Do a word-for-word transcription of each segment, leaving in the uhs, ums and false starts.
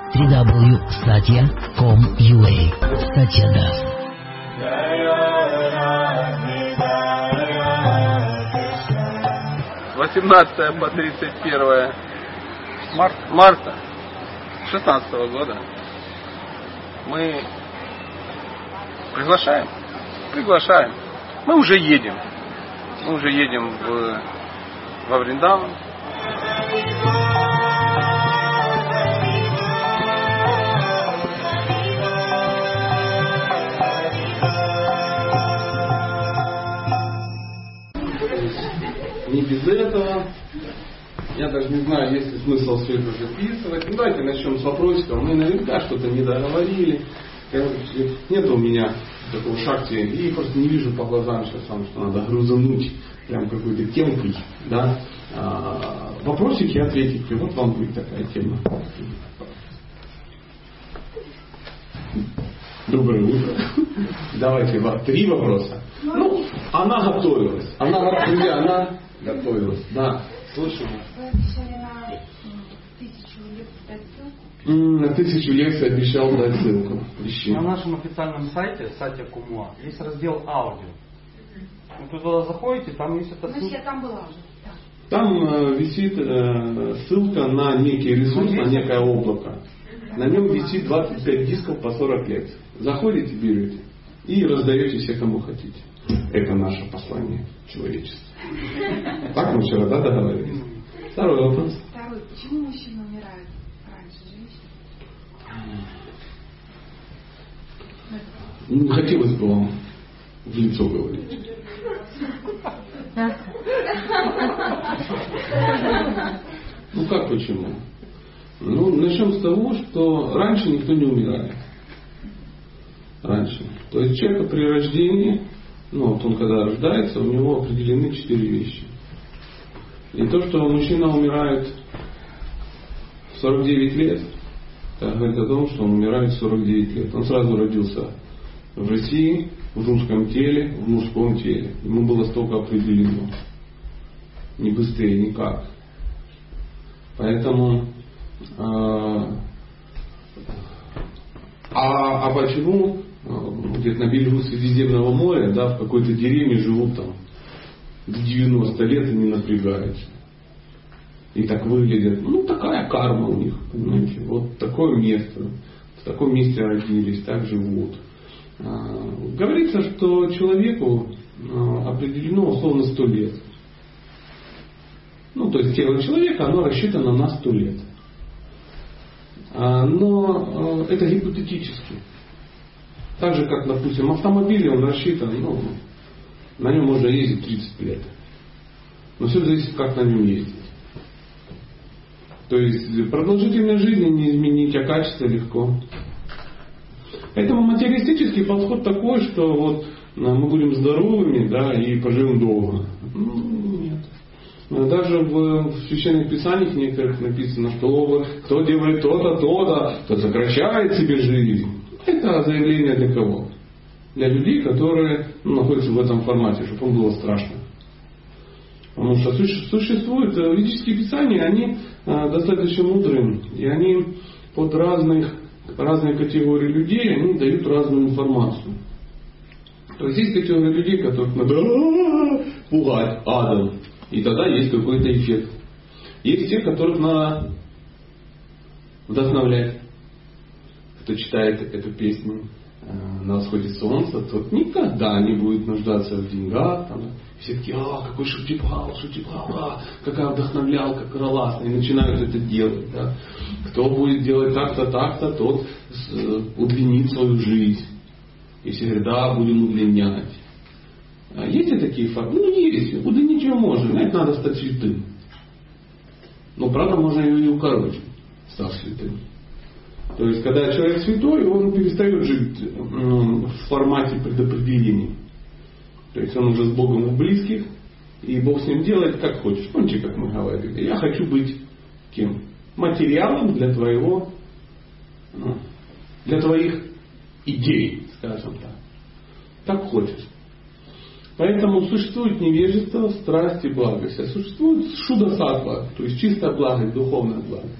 дабл ю дабл ю точка сатья точка ком точка ю а. Сатьядас. восемнадцатое по тридцать первое марта, марта шестнадцатого года мы приглашаем, приглашаем. Мы уже едем. Мы уже едем в, во Вриндаван. Не без этого. Я даже не знаю, есть ли смысл все это записывать. Ну, давайте начнем с вопросиков. Мы наверняка что-то не договорили. Нет у меня такого шакти. И просто не вижу по глазам сейчас, что надо грузануть прям какой-то темкой. Да? А, вопросики ответите. Вот вам будет такая тема. Доброе утро. Давайте три вопроса. Ну, она готовилась. Она, друзья, она готовилась. Да, слушаем. Вы обещали на тысячу лекций дать ссылку? На тысячу лекций обещал дать ссылку. Ищи. На нашем официальном сайте, сайте Кумуа, есть раздел аудио. Вы туда заходите, там есть эта ссылка. Значит, я там была уже. Там э, висит э, ссылка на некий ресурс, на некое облако. На нем висит двадцать пять дисков по сорок лекций. Заходите, берете и раздаете все, кому хотите. Это наше послание человечеству. Так мы вчера, да, договорились? Второй вопрос. Второй. Почему мужчины умирают раньше женщин? Не хотелось бы вам в лицо говорить. Ну как почему? Ну, начнем с того, что раньше никто не умирает. Раньше. То есть человек при рождении, ну вот он когда рождается, у него определены четыре вещи. И то, что мужчина умирает в сорок девять лет, это говорит о том, что он умирает в сорок девять лет. Он сразу родился в России, в женском теле, в мужском теле. Ему было столько определено. Не быстрее никак. Поэтому а, а, а почему где-то на берегу Средиземного моря, да, в какой-то деревне живут там до девяноста лет и не напрягаются. И так выглядят. Ну, такая карма у них, понимаете. Вот такое место. В таком месте родились, так живут. А, говорится, что человеку а, определено условно сто лет. Ну, то есть тело человека, оно рассчитано на сто лет. А, но а, это гипотетически. Так же, как, допустим, автомобиль, он рассчитан, ну, на нем можно ездить тридцать лет. Но все зависит, как на нем ездить. То есть продолжительность жизни не изменить, а качество легко. Поэтому материалистический подход такой, что вот мы будем здоровыми, да, и поживем долго. Нет. Даже в священных писаниях некоторых написано, что кто делает то-то, то-то, тот сокращает себе жизнь. Это заявление для кого? Для людей, которые, ну, находятся в этом формате, чтобы им было страшно. Потому что существуют ведические писания, они достаточно мудрые, и они под разных, разные категории людей, они дают разную информацию. То есть есть категория людей, которых надо пугать адом, и тогда есть какой-то эффект. Есть те, которых надо вдохновлять. Кто читает эту песню на восходе солнца, тот никогда не будет нуждаться в деньгах. Там, все такие, а, какой Шутипал, Шутипал, а, какая вдохновлялка, классная, и начинают это делать. Да. Кто будет делать так-то, так-то, тот удлинит свою жизнь. И все говорят, да, будем удлинять. А есть ли такие факты? Ну, есть. Удлинить ее можно. Знаете, надо стать святым. Но, правда, можно ее и укорочить, став святым. То есть, когда человек святой, он перестает жить ну, в формате предопределений. То есть, он уже с Богом у близких, и Бог с ним делает как хочешь. Помните, как мы говорили? Я хочу быть кем? Материалом для твоего, ну, для твоих идей, скажем так. Так хочешь. Поэтому существует невежество, страсть и благость. А существует шуда-сатва, то есть чистая благость, духовная благость.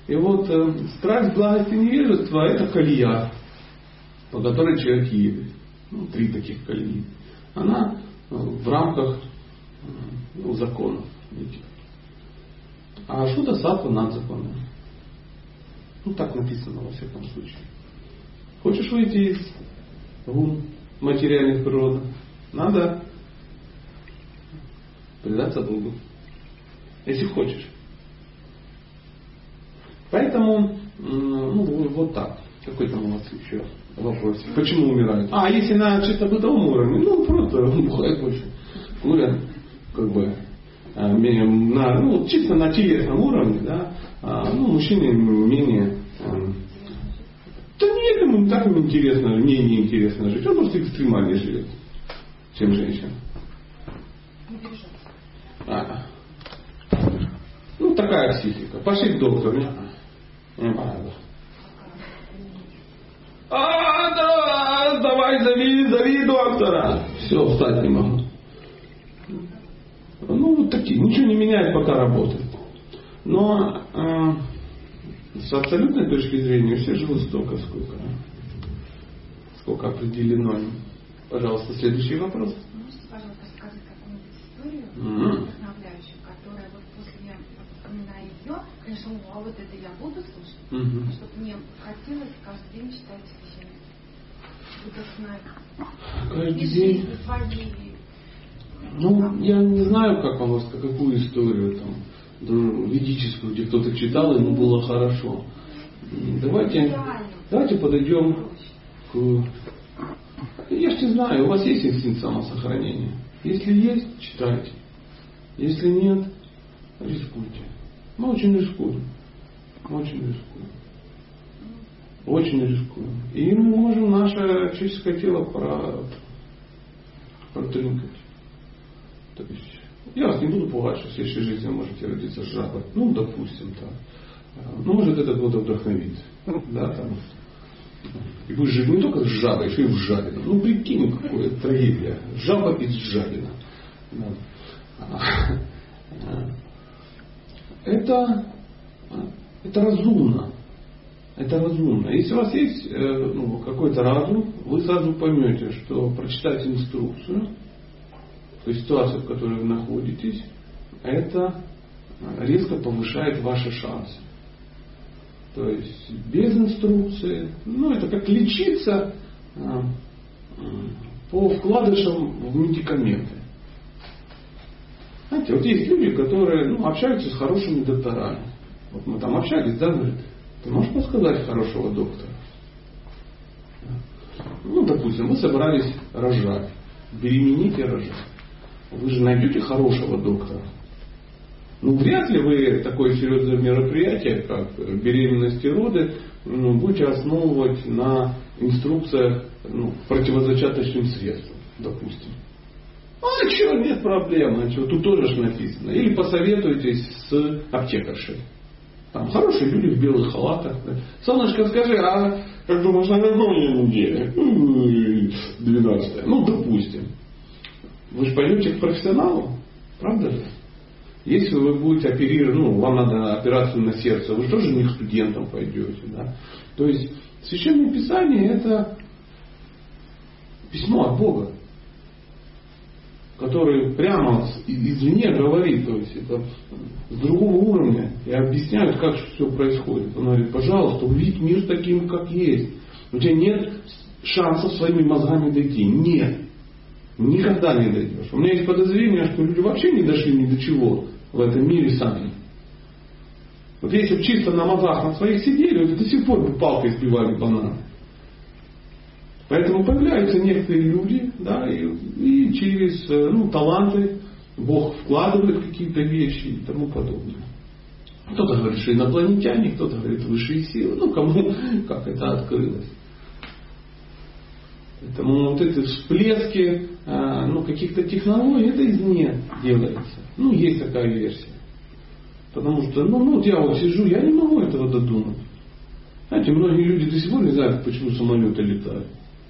И вот э, страсть, благость и невежество — это колея, по которой человек едет. Ну, три таких колеи. Она э, в рамках э, ну, законов этих. А шуда сатва над законом. Ну, так написано во всяком случае. Хочешь выйти из гун материальных природ? Надо предаться Богу. Если хочешь. Поэтому, ну, вот так. Какой там у вас еще вопрос? Почему умирают? А, если на чисто бытовом уровне, ну, просто бухают больше. Курят, как бы, на, ну, чисто на телесном уровне, да, ну, мужчины менее... Да нет, ему так ему интересно, мне не интересно жить. Он просто экстремальнее живет, чем женщина. А. Ну, такая психика. Пошли к доктору. Не надо. А, да, давай, зови, зови доктора. Все, встать не могу. Ну, вот такие. Ничего не меняет, пока работает. Но э, с абсолютной точки зрения все живут столько, сколько, сколько определено. Пожалуйста, следующий вопрос. Можете, пожалуйста, рассказать какую-нибудь историю Mm-hmm. вдохновляющую, которая вот после я вспоминаю ее, конечно, а вот это я буду слушать, Mm-hmm. чтобы мне хотелось каждый день читать священное. Вдохновить. Каждый И день. жизни своей. Ну, я не знаю, как вам сказать, какую историю там, ну, ведическую, где кто-то читал, ему было хорошо. Давайте, давайте подойдем к... Я ж не знаю, у вас есть инстинкт самосохранения? Если есть, читайте. Если нет, рискуйте. Мы очень рискуем. Очень рискуем. Очень рискуем. И мы можем наше человеческое тело про... протринкать. То есть, я вас не буду пугать, что в следующей жизни вы можете родиться с жабой. Ну, допустим, так. Ну, может, это кого-то вдохновит. Да, там. И будешь жить не только с жабой, еще и в жабине. Ну, прикинь, какая трагедия. Жаба из жабина. Да. Это, это разумно. Это разумно. Если у вас есть ну, какой-то разум, вы сразу поймете, что прочитать инструкцию, то есть ситуацию, в которой вы находитесь, это резко повышает ваши шансы. То есть без инструкции, ну это как лечиться а, по вкладышам в медикаменты. Знаете, вот есть люди, которые ну, общаются с хорошими докторами. Вот мы там общались, да, говорит, ты можешь подсказать хорошего доктора? Ну, допустим, вы собрались рожать, беременеть и рожать. Вы же найдете хорошего доктора. Ну, вряд ли вы такое серьезное мероприятие, как беременность и роды, ну, будете основывать на инструкциях ну, противозачаточным средствам, допустим. А что, нет проблем, а что, тут тоже ж написано. Или посоветуйтесь с аптекаршей. Там хорошие люди в белых халатах. Да. Солнышко, скажи, а как думаешь, на какой неделе? двенадцатая. Ну, допустим. Вы же пойдете к профессионалу, правда же? Если вы будете оперировать, ну, вам надо операцию на сердце, вы же тоже не к студентам пойдете. Да? То есть, Священное Писание это письмо от Бога, который прямо извне говорит, то есть это с другого уровня, и объясняют, как все происходит. Он говорит, пожалуйста, увидь мир таким, как есть. У тебя нет шансов своими мозгами дойти. Нет. Никогда не дойдешь. У меня есть подозрение, что люди вообще не дошли ни до чего в этом мире сами. Вот если бы чисто на мозгах на своих сидели, вот до сих пор бы палкой сбивали бананы. Поэтому появляются некоторые люди, да, и, и через ну, таланты Бог вкладывает какие-то вещи и тому подобное. Кто-то говорит, что инопланетяне, кто-то говорит высшие силы, ну кому как это открылось. Поэтому вот эти всплески ну, каких-то технологий, это извне делается. Ну, есть такая версия. Потому что, ну, ну, вот я вот сижу, я не могу этого додумать. Знаете, многие люди до сих пор не знают, почему самолеты летают.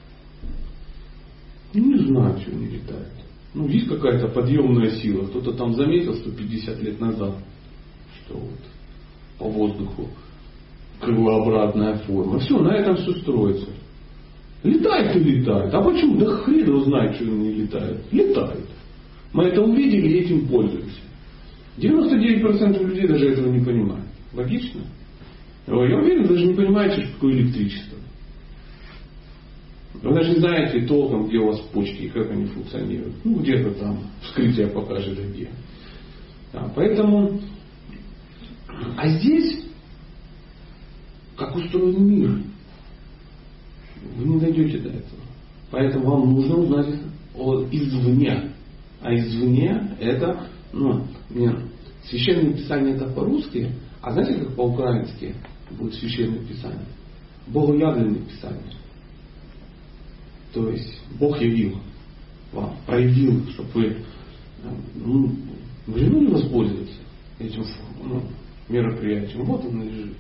Ну, не знаю, почему они летают. Ну, есть какая-то подъемная сила. Кто-то там заметил сто пятьдесят лет назад, что вот по воздуху кругообратная форма. Все, на этом все строится. Летает и летает. А почему? Да хрен его знает, что он не летает. Летает. Мы это увидели и этим пользуемся. девяносто девять процентов людей даже этого не понимают. Логично? Я уверен, даже не понимаете, что такое электричество. Вы даже не знаете толком, где у вас почки и как они функционируют. Ну, где-то там вскрытие покажет, где. Да, поэтому, а здесь, как устроен мир, вы не дойдете до этого. Поэтому вам нужно узнать о, извне. А извне это, ну, нет, священное писание это по-русски, а знаете, как по-украински будет священное писание? Богоявленное писание. То есть Бог явил вам, проявил, чтобы вы, ну, вы же не воспользоваться этим, ну, мероприятием. Вот он лежит.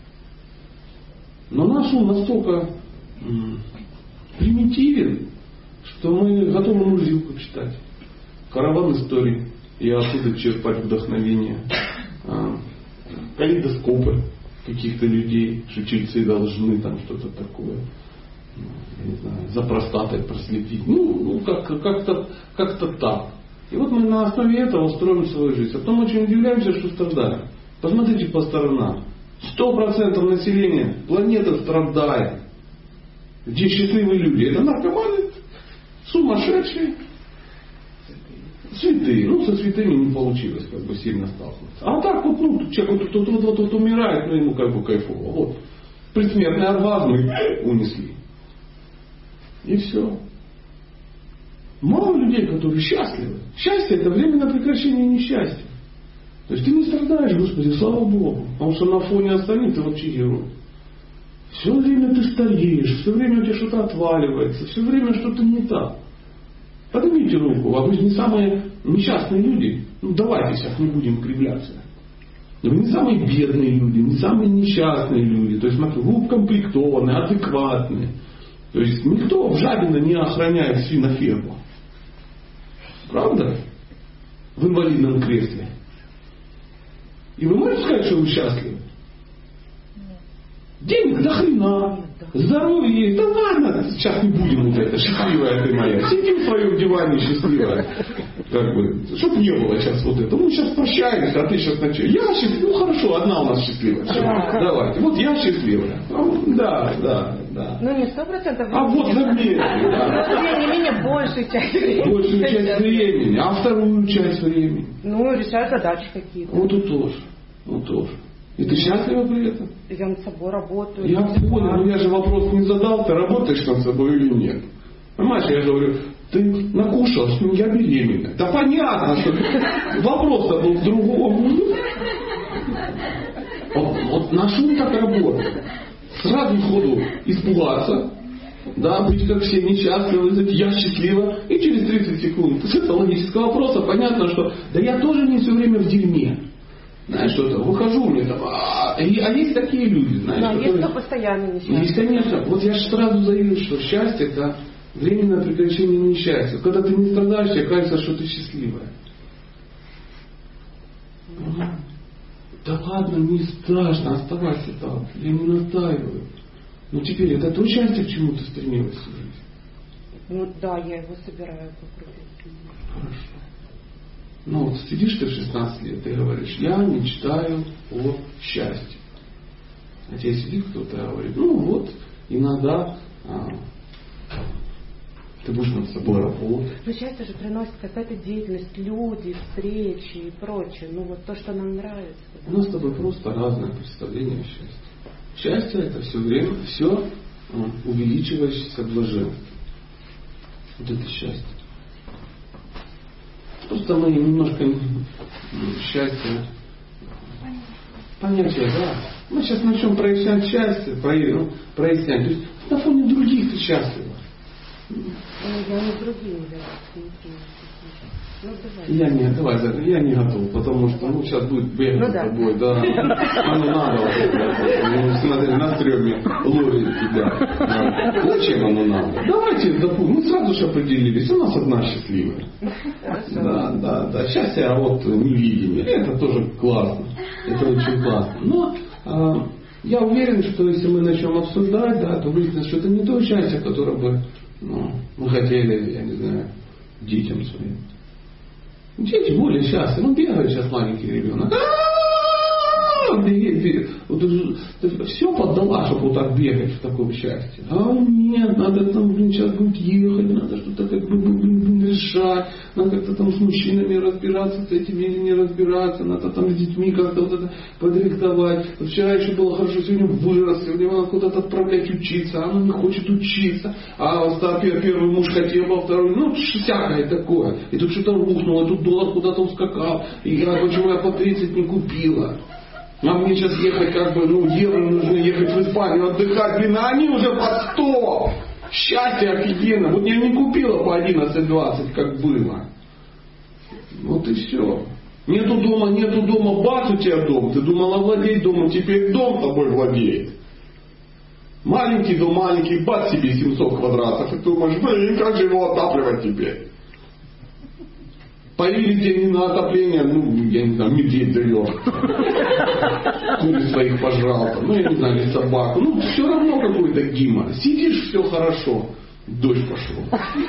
Но наш ум настолько м, примитивен, что мы готовы мурзилку читать. Караван истории. И оттуда черпать вдохновение. А, калейдоскопы каких-то людей, что чельцы должны там что-то такое. Я не знаю, за простатой проследить. Ну, ну как, как-то, как-то так. И вот мы на основе этого строим свою жизнь. А потом очень удивляемся, что страдаем. Посмотрите по сторонам. Сто процентов населения планеты страдает. Где счастливые люди? Это наркоманы, сумасшедшие, святые. Ну, со святыми не получилось как бы сильно сталкиваться. А так вот, ну, человек вот, вот, вот, вот умирает, ну ему как бы кайфово. Вот. Предсмертный оргазм и унесли. И все. Мало людей, которые счастливы. Счастье это временное прекращение несчастья. То есть ты не страдаешь, Господи, слава Богу. Потому что на фоне остальных ты вообще герой. Все время ты стареешь, все время у тебя что-то отваливается, все время что-то не так. Поднимите руку, а вы же не самые несчастные люди. Ну давайте сейчас не будем кривляться. Вы не самые бедные люди, не самые несчастные люди. То есть, смотрите, вы укомплектованные, адекватные. То есть никто в Жабино не охраняет свиноферму. Правда? В инвалидном кресле. И вы можете сказать, что вы счастливы? Денег до хрена. Здоровье есть. Да ладно, сейчас не будем вот это. Счастливая ты моя. Сиди в своем диване счастливая. Как бы, чтоб не было сейчас вот это. Мы сейчас прощаемся, а ты сейчас начнешь. Я счастлива. Ну хорошо, одна у нас счастливая. Все, давайте. Вот я счастливая. Да, да, да. Ну не сто процентов. А вот заметьте. Но тем не менее большую часть времени. Большую часть времени. А вторую часть времени? Ну, решать задачи какие-то. Вот тут тоже. Вот тоже. И ты счастлива при этом? Я над собой работаю. Я понял, но я же вопрос не задал, ты работаешь над собой или нет. Понимаешь, я говорю, ты накушалась, ну я беременна. Да понятно, что вопрос-то был в другом. Вот, вот наш ум так работает. Сразу сходу испугаться, да, быть как все несчастливы, сказать, я счастлива, и через тридцать секунд с этого логического вопроса понятно, что да я тоже не все время в дерьме. Знаешь, что-то, выхожу мне там, а, а есть такие люди, знаешь, да, которые... есть кто постоянно несчастный. Есть, конечно. Вот я же сразу заявил, что счастье это временное прекращение несчастья. Когда ты не страдаешь, тебе кажется, что ты счастливая. Mm-hmm. Да ладно, не страшно, оставайся так. Я не настаиваю. Но теперь это то счастье, к чему ты стремилась всю жизнь? Ну да, я его собираю вокруг. Хорошо. Ну вот сидишь ты в шестнадцать лет и говоришь, я мечтаю о счастье. А тебе сидит кто-то и говорит, ну вот, иногда а, ты будешь над собой работать. Но счастье же приносит какая-то деятельность, люди, встречи и прочее. Ну вот то, что нам нравится. У нас с тобой просто разное представление о счастье. Счастье это все время, все увеличивающееся блаженство. Вот это счастье. Просто мы немножко счастье, понятие, да. Мы сейчас начнем прояснять счастье, прояснять. прояснять. То есть на фоне других ты счастлива. Я не другие, да. Ну, давай. Я не, давай, я не готов, потому что ну, сейчас будет бегать ну, с да. тобой, да. Ну надо, вот, смотри, на стреме ловит тебя. Да. Зачем оно надо? Давайте, допустим, мы сразу же определились, у нас одна счастливая. Да, да, да. Счастье, а вот невидение. Это тоже классно. Это очень классно. Но а, Я уверен, что если мы начнем обсуждать, да, то выяснится, что это не то счастье, которое бы ну, мы хотели, я не знаю, детям своим. Дети более счастливы. Ну, бегает сейчас маленький ребенок. Все поддала, чтобы вот так бегать в таком счастье. А нет, надо там, блин, сейчас будет ехать, надо что-то как бы блин, решать, надо как-то там с мужчинами разбираться, с этими не разбираться, надо там с детьми как-то вот это подрихтовать. Вот вчера еще было хорошо, сегодня вырос, сегодня надо куда-то отправлять учиться, а она не хочет учиться, а первый муж хотел, а второй, ну, всякое такое. И тут что-то рухнуло, и тут доллар куда-то ускакал, и я, почему я по тридцать не купила. А мне сейчас ехать как бы, ну, евро нужно ехать в Испанию отдыхать. Блин, а они уже по сто. Счастье офигенно. Вот я не купила по одиннадцать-двадцать, как было. Вот и все. Нету дома, нету дома, бац, у тебя дом. Ты думала владеть домом, теперь дом тобой владеет. Маленький дом, маленький, бац, себе семьсот квадратов. И ты думаешь, блин, как же его отапливать теперь? Появились деньги на отопление, ну, я не знаю, медведь дает. Куриц своих пожрал, ну, я не знаю, или собаку. Ну, все равно какой-то гимор. Сидишь, все хорошо. Дождь пошел.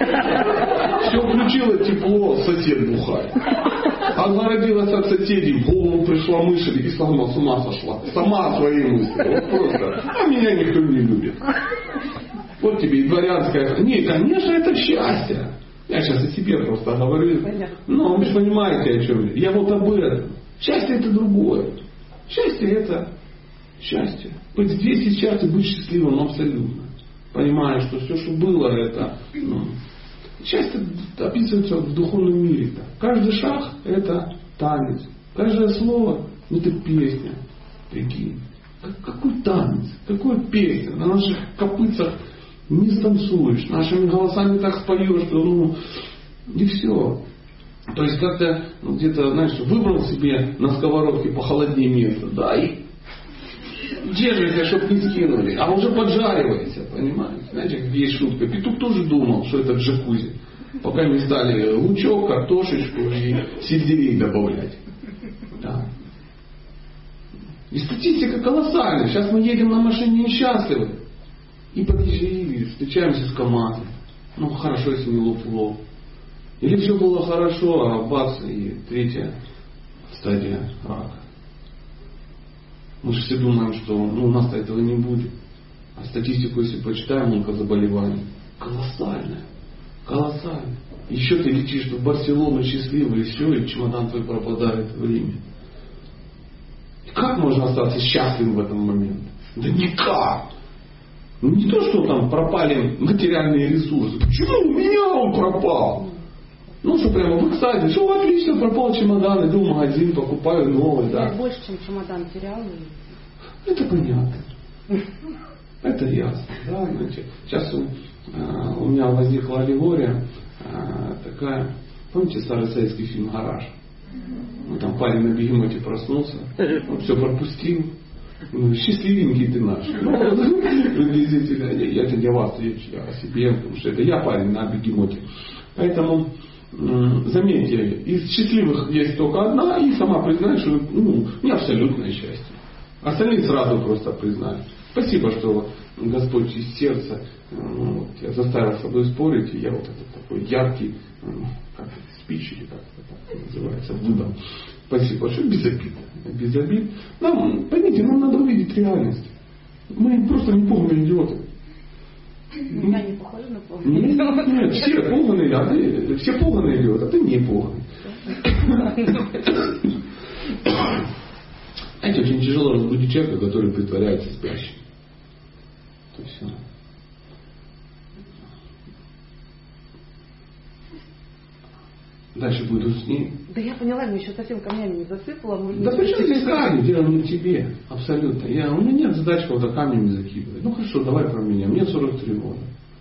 Все включило тепло, сосед бухает. Отгородилась от соседей, в голову пришла мысль и сама с ума сошла. Сама свои мысли. Вот просто. А меня никто не любит. Вот тебе и дворянская. Не, конечно, это счастье. Я сейчас о себе просто говорю. Понятно. Но вы же понимаете, о чем я. Я вот об этом. Счастье это другое. Счастье это счастье. Быть здесь сейчас и быть счастливым абсолютно. Понимая, что все, что было, это... Ну, счастье описывается в духовном мире. -то. Каждый шаг это танец. Каждое слово это песня. Прикинь. Какой танец? Какой песня? На наших копытцах не станцуешь, нашими голосами так споешь, что ну и все. То есть как-то ну, где-то, знаешь, выбрал себе на сковородке похолоднее место, да, и держишься, чтобы не скинули, а уже поджаривается, понимаете? Знаете, как есть шутка. Петух тоже думал, что это джакузи, пока не стали лучок, картошечку и сельдерей добавлять. Да. И статистика колоссальная. Сейчас мы едем на машине несчастливы. И подъезжали, встречаемся с КамАЗом. Ну, хорошо, если не лоб-лоб. Или все было хорошо, а бац, и третья стадия рака. Мы же все думаем, что ну, у нас-то этого не будет. А статистику, если почитаем, онкозаболеваний, колоссальная. Колоссальная. Еще ты летишь в Барселону счастливый, и все, и чемодан твой пропадает в Риме. Как можно остаться счастливым в этом моменте? Да никак! Ну не то, что там пропали материальные ресурсы. Почему у меня он пропал? Ну, что прямо в экстазе. Что отлично, пропал чемодан, иду в магазин, покупаю новый. Да. Я больше, чем чемодан терял. Это понятно. Это ясно. Да? Значит, сейчас у, а, у меня возникла аллегория а, такая. Помните старый советский фильм «Гараж»? Ну, там парень на бегемоте проснулся, он все пропустил. Ну, счастливенький ты наш. Ну, приблизительно. Я это для вас речь, я о себе, потому что это я парень на бегемоте. Поэтому заметьте, из счастливых есть только одна, и сама признает, что ну, не абсолютное счастье. Остальные сразу просто признают. Спасибо, что Господь из сердца ну, вот, я заставил с собой спорить, и я вот этот такой яркий, как это, спич или как это так называется, выдал. Спасибо большое, без обид. Без обид. Нам, поймите, нам надо увидеть реальность. Мы просто не полные идиоты. Я не похожа на полную. Нет, нет, все полные, а ты, все полные идиоты, а ты не полный. Знаете, очень тяжело разбудить человека, который притворяется спящим. То есть, дальше будет усни. Да я поняла, меня еще совсем камнями не засыпало. Может, да почему здесь камни? Дело не в тебе. Абсолютно. Я, у меня нет задачи кого-то камнями закидывать. Ну хорошо, давай про меня. Мне сорок три года.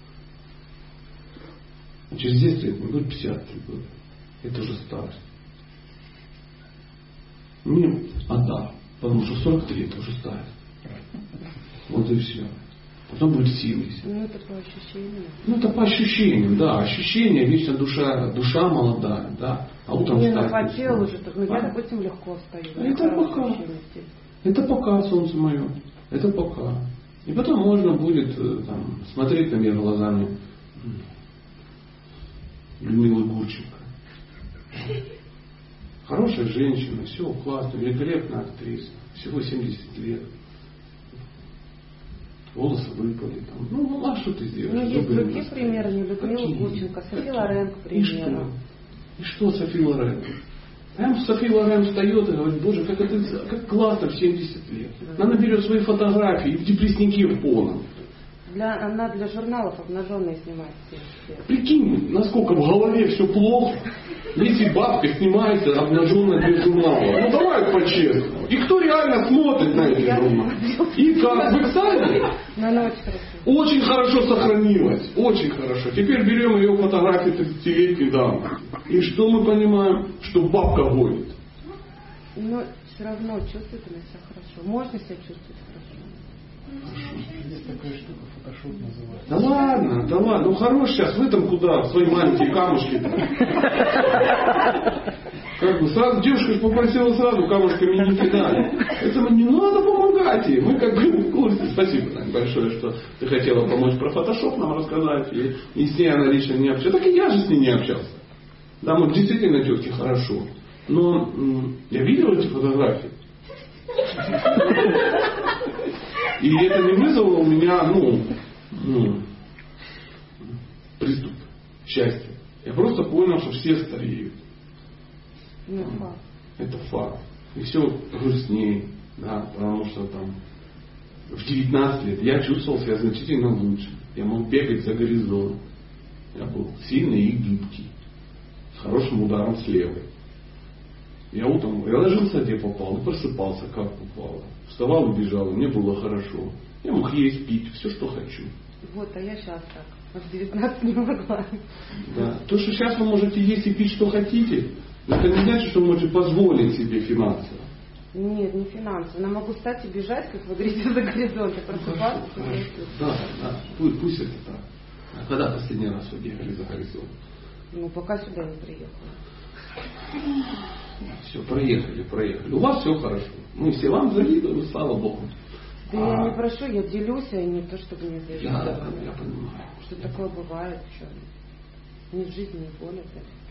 А через десять лет мне будет пятьдесят три года. Это уже старость. Мне, а да, потому что сорок три это уже старость. Вот и все. Потом будет силы. Ну это по ощущениям. Ну это по ощущениям, да. Ощущения, вечно душа, душа молодая, да. А утром мне встать. Хватило уже, так, ну, а? я, допустим, легко встаю. Это пока. Это пока, солнце мое. Это пока. И потом можно будет там, смотреть на меня глазами Людмилы Гурченко. Хорошая женщина, все классно, великолепная актриса. Всего семьдесят лет. Волосы выпали. Там. Ну, а что ты сделаешь? Ну, есть другие примеры, не Людмила Гурченко, Софи Лорен, к примеру. И что, И что Софи Лорен? Прям Софи Лорен встает и говорит, боже, как это как классно в семьдесят лет. Она берет свои фотографии в депресснике в полном. Для, она для журналов обнаженные снимает все. Прикинь, насколько в голове все плохо, если бабка снимается обнаженная для журнала. Ну давай по-честному. И кто реально смотрит на эти журналы? И как? Вы кстати? Но она очень хорошо. Очень хорошо сохранилась. Очень хорошо. Теперь берем ее фотографии тридцатилетней дамы. И что мы понимаем? Что бабка гонит. Но все равно чувствует она себя хорошо. Можно себя чувствовать хорошо. Есть такая штука, фотошоп называется. Да ладно, да ладно. Ну хорош сейчас. Вы там куда? В свои маленькие камушки. Как бы сразу девушка попросила сразу камушками не кидали. Этому не надо помогать ей. Мы как бы в курсе. Спасибо, Тань, большое, что ты хотела помочь про фотошоп нам рассказать. И, и с ней она лично не общалась. Так и я же с ней не общался. Да, мы действительно тетки хорошо. Но м- я видел эти фотографии. И это не вызвало у меня, ну, ну, приступ счастья. Я просто понял, что все стареют. Ну, факт. Это факт. И все грустнее, да, потому что там в девятнадцать лет я чувствовал себя значительно лучше. Я мог бегать за горизонт. Я был сильный и гибкий. С хорошим ударом с левой. Я утром, я ложился, где попал, и просыпался, как попало. Вставал и бежал, и мне было хорошо. Я мог есть, пить, все, что хочу. Вот, а я сейчас так. А в девятнадцать не могла. Да. То, что сейчас вы можете есть и пить, что хотите, это не значит, что вы можете позволить себе финансово. Нет, не финансово. Но могу встать и бежать, как вы говорите, за горизонт, и просыпаться. Хорошо, хорошо. Да, да. Пусть, пусть это так. А когда последний раз вы бегали за горизонт? Ну, пока сюда не приехала. Все, проехали, проехали. У вас все хорошо. Мы все вам завидуем, слава Богу. Да а... я не прошу, я делюсь, а не то, чтобы мне завидовали. Я, да, я понимаю. Что я такое понимаю. Бывает, что ни в жизни, ни в воле.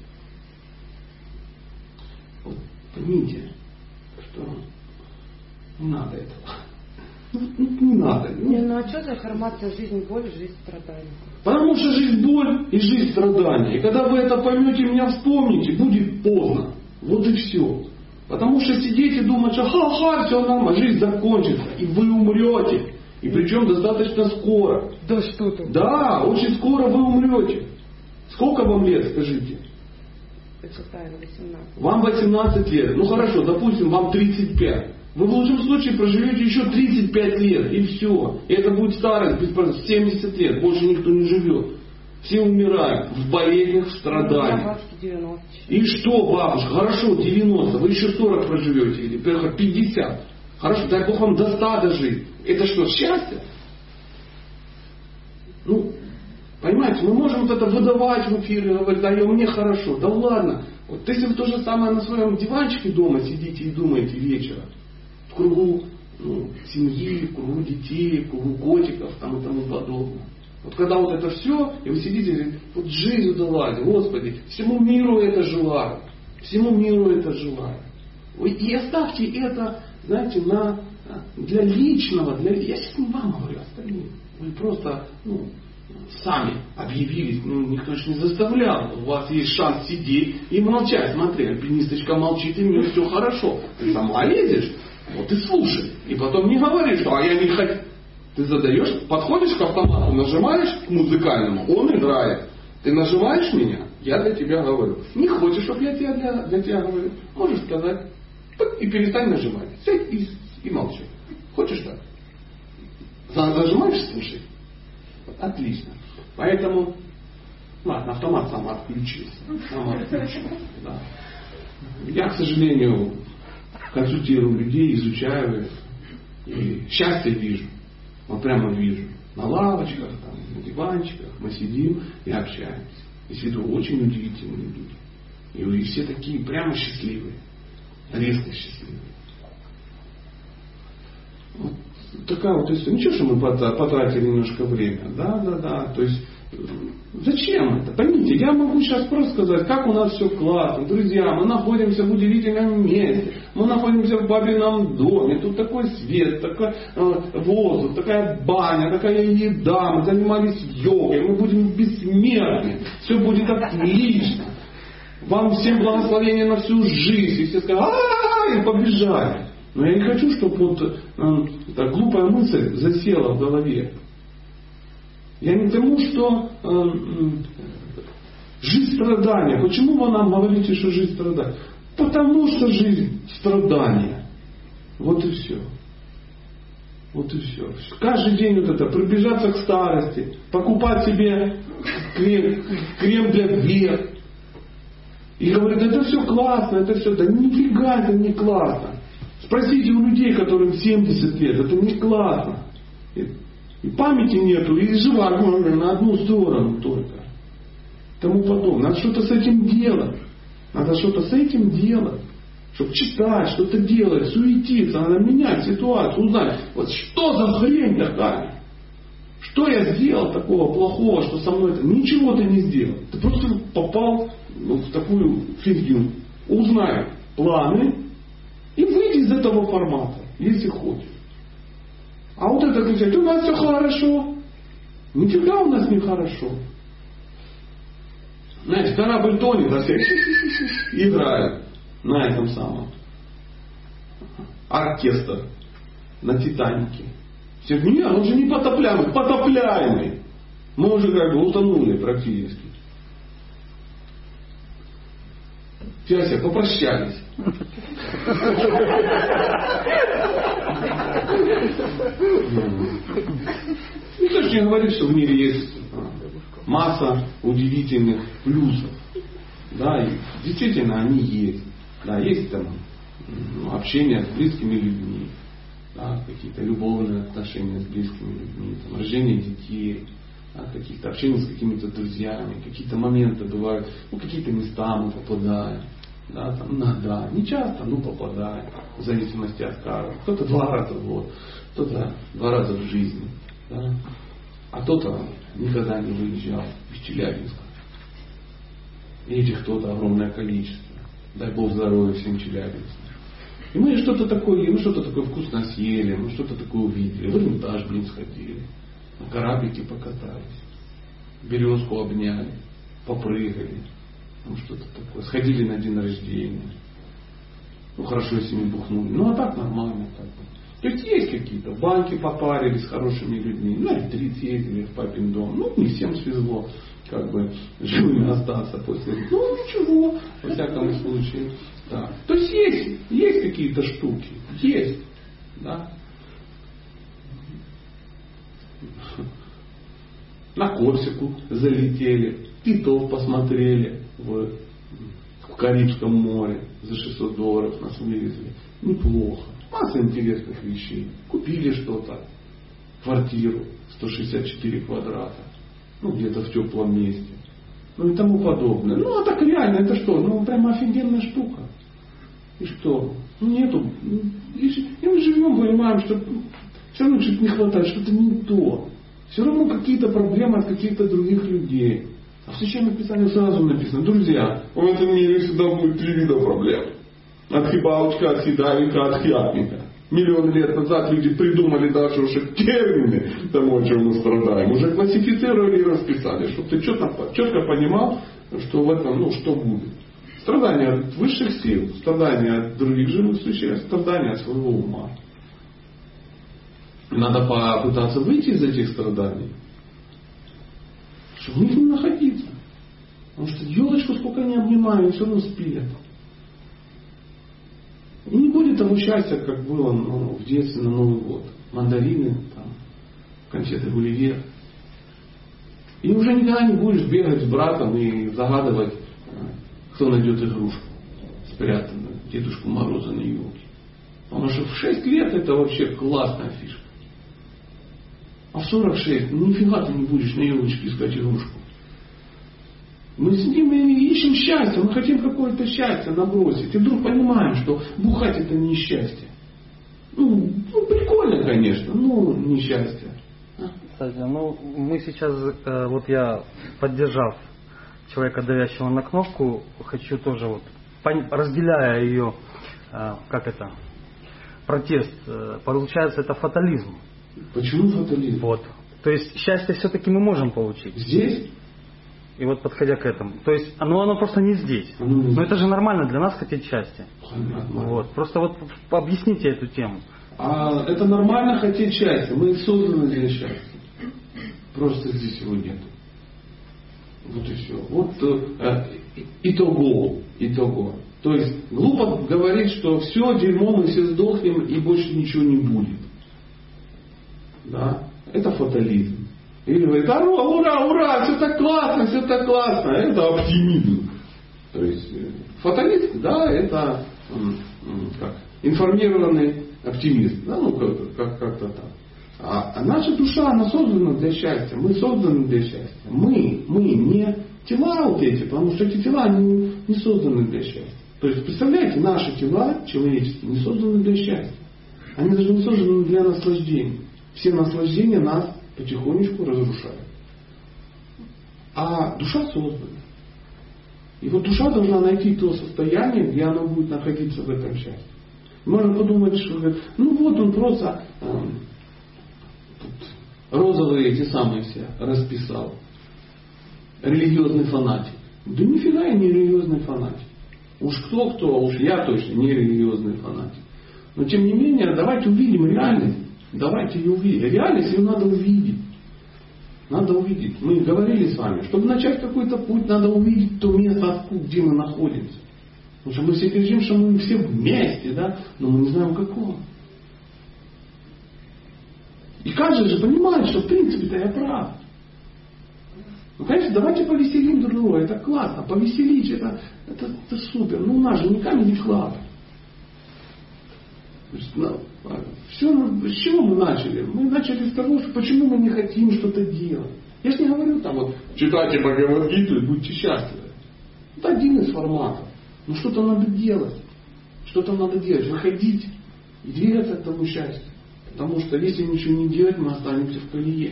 Вот, поймите, что не надо этого. Ну, не надо. Не, ну а что за формация жизнь боли, жизнь страдания? Потому что жизнь боль и жизнь страдания. И когда вы это поймете, меня вспомните, будет поздно. Вот и все. Потому что сидеть и думать, что ха-ха, все нормально, жизнь закончится. И вы умрете. И причем достаточно скоро. Да что ты? Да, очень скоро вы умрете. Сколько вам лет, скажите? Это тайна, восемнадцать. Вам восемнадцать лет. Ну хорошо, допустим, вам тридцать пять. Вы в лучшем случае проживете еще тридцать пять лет. И все. И это будет старость, бесполезно. семьдесят лет. Больше никто не живет. Все умирают в болезнях, в страданиях. девяносто. И что, бабушка? Хорошо, девяносто. Вы еще сорок проживете. Или пятьдесят. Хорошо, дай Бог вам до ста дожить. Это что, счастье? Ну, понимаете, мы можем вот это выдавать в эфире, говорить, да, мне хорошо. Да ладно. Вот если вы то же самое на своем диванчике дома сидите и думаете вечером, в кругу ну, семьи, в кругу детей, в кругу котиков там, и тому подобное. Вот когда вот это все, и вы сидите и говорите, вот жизнь удалась, Господи, всему миру это желаю. Всему миру это желаю. И оставьте это, знаете, на, для личного, для, я сейчас не вам говорю, остальным. Вы просто ну, сами объявились, ну, никто же не заставлял. У вас есть шанс сидеть и молчать. Смотри, альпинисточка молчит, и мне все хорошо. Ты сама лезешь, вот и слушай. И потом не говоришь, что а я не хочу. Ты задаешь, подходишь к автомату, нажимаешь к музыкальному, он играет. Ты нажимаешь меня, я для тебя говорю. Не хочешь, чтобы я тебя для, для тебя говорю, можешь сказать. И перестань нажимать. Сядь и, и молчи. Хочешь так? Нажимаешь, слушай. Отлично. Поэтому, ладно, автомат сам отключился. Сам отключился. Да. Я, к сожалению, консультирую людей, изучаю их. И счастье вижу. Вот прямо вижу. На лавочках, там, на диванчиках мы сидим и общаемся. И с виду очень удивительные люди. И все такие прямо счастливые. Резко счастливые. Вот такая вот история. Ничего, что мы потратили немножко время. Да, да, да. То есть зачем это? Поймите, я могу сейчас просто сказать, как у нас все классно. Друзья, мы находимся в удивительном месте. Мы находимся в бабином доме. Тут такой свет, такой э, воздух, такая баня, такая еда. Мы занимались йогой. Мы будем бессмертны. Все будет отлично. Вам всем благословение на всю жизнь. И все скажут, а-а-а, и побежали. Но я не хочу, чтобы вот э, эта глупая мысль засела в голове. Я не к тому, что э, жизнь страдания. Почему вы нам говорите, что жизнь страдания? Потому что жизнь страдания. Вот и все. Вот и все. Каждый день вот это, приближаться к старости, покупать себе крем, крем для век. И говорят, это все классно, это все. Да нифига это не классно. Спросите у людей, которым семьдесят лет, это не классно. И памяти нету, и жива на одну сторону только. Тому подобное. Надо что-то с этим делать. Надо что-то с этим делать. Чтобы читать, что-то делать, суетиться, надо менять ситуацию, узнать, вот что за хрень такая. Что я сделал такого плохого, что со мной это... Ничего ты не сделал. Ты просто попал в такую фигню. Узнай планы и выйди из этого формата, если хочешь. А вот это кричать, у нас все хорошо. Нифига у нас не хорошо. Знаете, корабль тонет, а все играют на этом самом. Оркестр на Титанике. Все говорят, нет, он же не потопляемый, потопляемый. Мы уже как бы утонули практически. Все, все попрощались. Никто же не говорит, что в мире есть масса удивительных плюсов. Да, и действительно они есть. Да, есть там общение с близкими людьми, да, какие-то любовные отношения с близкими людьми, там, рождение детей, да, каких-то общения с какими-то друзьями, какие-то моменты бывают, ну какие-то места мы попадаем. Да, там иногда, не часто, но попадаем, в зависимости от каждого. Кто-то два раза в год, кто-то два раза в жизни. Да? А кто-то никогда не выезжал из Челябинска. И этих кто-то огромное количество. Дай Бог здоровья всем челябинцам. И мы что-то такое, мы что-то такое вкусно съели, мы что-то такое увидели. В Эрмитаж, блин, сходили. На кораблике покатались. Березку обняли, попрыгали. Ну, что-то такое. Сходили на день рождения. Ну, хорошо с ними бухнули. Ну, а так нормально. Так. То есть есть какие-то. В банки попарились с хорошими людьми. На ретрит ездили в папин дом. Ну, не всем свезло, как бы, живыми остаться после. Ну, ничего, во всяком случае. Да. То есть есть, есть какие-то штуки. Есть. Да. На Корсику залетели. Китов посмотрели. В, в Карибском море за шестьсот долларов нас вывезли. Неплохо. Масса интересных вещей. Купили что-то. Квартиру сто шестьдесят четыре квадрата. Ну, где-то в теплом месте. Ну и тому подобное. Ну, а так реально, это что? Ну, прям офигенная штука. И что? Ну, нету. И, и мы живем, понимаем, что все равно что-то не хватает, что-то не то. Все равно какие-то проблемы от каких-то других людей. А в Священном Писании сразу написано, друзья, в этом мире всегда будет три вида проблем. Отхибалочка, отхидавика, отхиапника. Миллион лет назад люди придумали даже уже термины тому, о чем мы страдаем. Уже классифицировали и расписали, чтобы ты четко, четко понимал, что в этом, ну, что будет. Страдания от высших сил, страдания от других живых существ, страдания от своего ума. Надо попытаться выйти из этих страданий, чтобы в них не находиться. Потому что елочку сколько не обнимаем, все равно спилят. И не будет того счастья, как было, ну, в детстве на Новый год. Мандарины, там, конфеты Гулливер. И уже никогда не будешь бегать с братом и загадывать, кто найдет игрушку спрятанную, Дедушку Мороза на елке. Потому что в шесть лет это вообще классная фишка. А в сорок шесть, ну нифига ты не будешь на елочке искать игрушку. Мы сидим и ищем счастье, мы хотим какое-то счастье набросить. И вдруг понимаем, что бухать это не счастье. Ну, ну прикольно, конечно, ну, несчастье. Кстати, ну, мы сейчас, вот я, поддержав человека, давящего на кнопку, хочу тоже, вот, разделяя ее, как это, протест, получается, это фатализм. Почему фатализм? Вот. То есть счастье все-таки мы можем получить. Здесь? И вот подходя к этому. То есть оно, оно просто не здесь. Оно не Но здесь. это же нормально для нас хотеть счастья. Вот. Просто вот объясните эту тему. А это нормально хотеть счастья. Мы созданы для счастья. Просто здесь его нет. Вот и все. Вот э, итого. Итого. То есть глупо говорить, что все, дерьмо, мы все сдохнем и больше ничего не будет. Да? Это фатализм. Или говорит, ура, ура, ура, все так классно, все так классно. Это оптимизм. То есть фаталист, да, это как, информированный оптимист. Да, ну как, как, как-то так. А, а наша душа, она создана для счастья. Мы созданы для счастья. Мы, мы не тела вот эти, потому что эти тела они не созданы для счастья. То есть, представляете, наши тела человеческие не созданы для счастья. Они даже не созданы для наслаждения. Все наслаждения нас потихонечку разрушают. А душа создана. И вот душа должна найти то состояние, где она будет находиться в этом счастье. Можно подумать, что ну вот он просто э, тут, розовые эти самые все расписал. Религиозный фанатик. Да нифига я не религиозный фанатик. Уж кто-кто, уж я точно не религиозный фанатик. Но тем не менее, давайте увидим реальность. Давайте ее увидим. Реальность ее надо увидеть. Надо увидеть. Мы говорили с вами, чтобы начать какой-то путь, надо увидеть то место, где мы находимся. Потому что мы все кричим, что мы все вместе, да? Но мы не знаем какого. И каждый же понимает, что в принципе-то я прав. Ну, конечно, давайте повеселим друг друга. Это классно. Повеселить, это, это, это супер. Ну, у нас же не камеди клаб. Ну, все, с чего мы начали? Мы начали с того, что почему мы не хотим что-то делать. Я же не говорю там вот, читайте Бхагавад-гиту и будьте счастливы. Это один из форматов. Но что-то надо делать. Что-то надо делать. Выходить и двигаться к тому счастью. Потому что если ничего не делать, мы останемся в колее.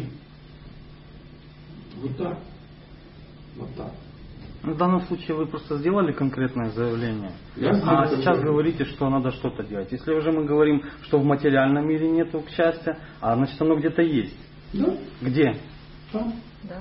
Вот так. Вот так. В данном случае вы просто сделали конкретное заявление, Я а сейчас заявление. говорите, что надо что-то делать. Если уже мы говорим, что в материальном мире нет счастья, а значит оно где-то есть. Да? Где? Там. Да.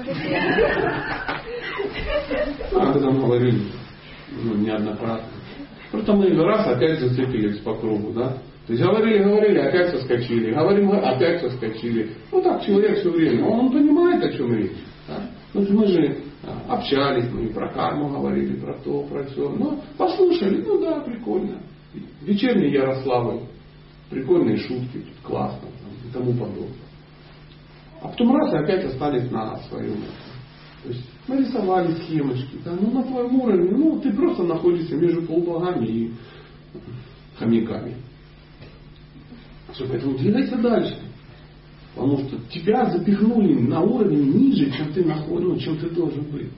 А, об этом говорили ну, неоднократно. Просто мы раз опять зацепились по кругу, да? То есть говорили, говорили, опять соскочили. Говорим, опять соскочили. Ну так человек все время. Он понимает, о чем речь. Да? Ну, мы же общались, мы и про карму говорили, про то, про все. Ну, послушали, ну да, прикольно. Вечерний Ярославль, прикольные шутки, тут классно там, и тому подобное. А потом раз и опять остались на своем. То есть нарисовали схемочки, да, ну на твоем уровне, ну ты просто находишься между полубогами и хомяками. Все, поэтому двигайся дальше. Потому что тебя запихнули на уровень ниже, чем ты находишься, ну, чем ты должен быть.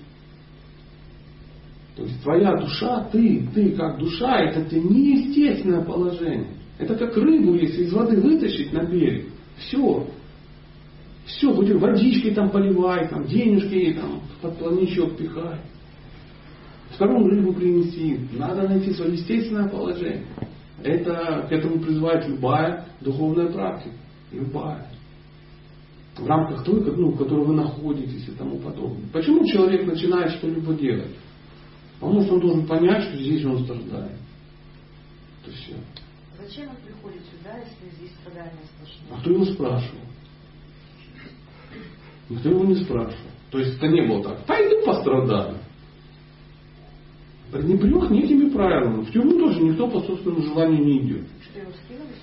То есть твоя душа, ты, ты как душа, это ты неестественное положение. Это как рыбу, если из воды вытащить на берег. Все. Все, хоть водичкой там поливай, там, денежки ей там под плавничок пихай. Вторую рыбу принеси. Надо найти свое естественное положение. Это, к этому призывает любая духовная практика. Любая. В рамках той, ну, в которой вы находитесь и тому подобное. Почему человек начинает что-либо делать? Потому что он должен понять, что здесь он страдает. Это все. Зачем он приходит сюда, если здесь страдания сплошные? А кто его спрашивал? Никто его не спрашивал. То есть это не было так. Пойду пострадаю. Пренебрег некими правилами. В тюрьму тоже никто по собственному желанию не идет. Что его скинули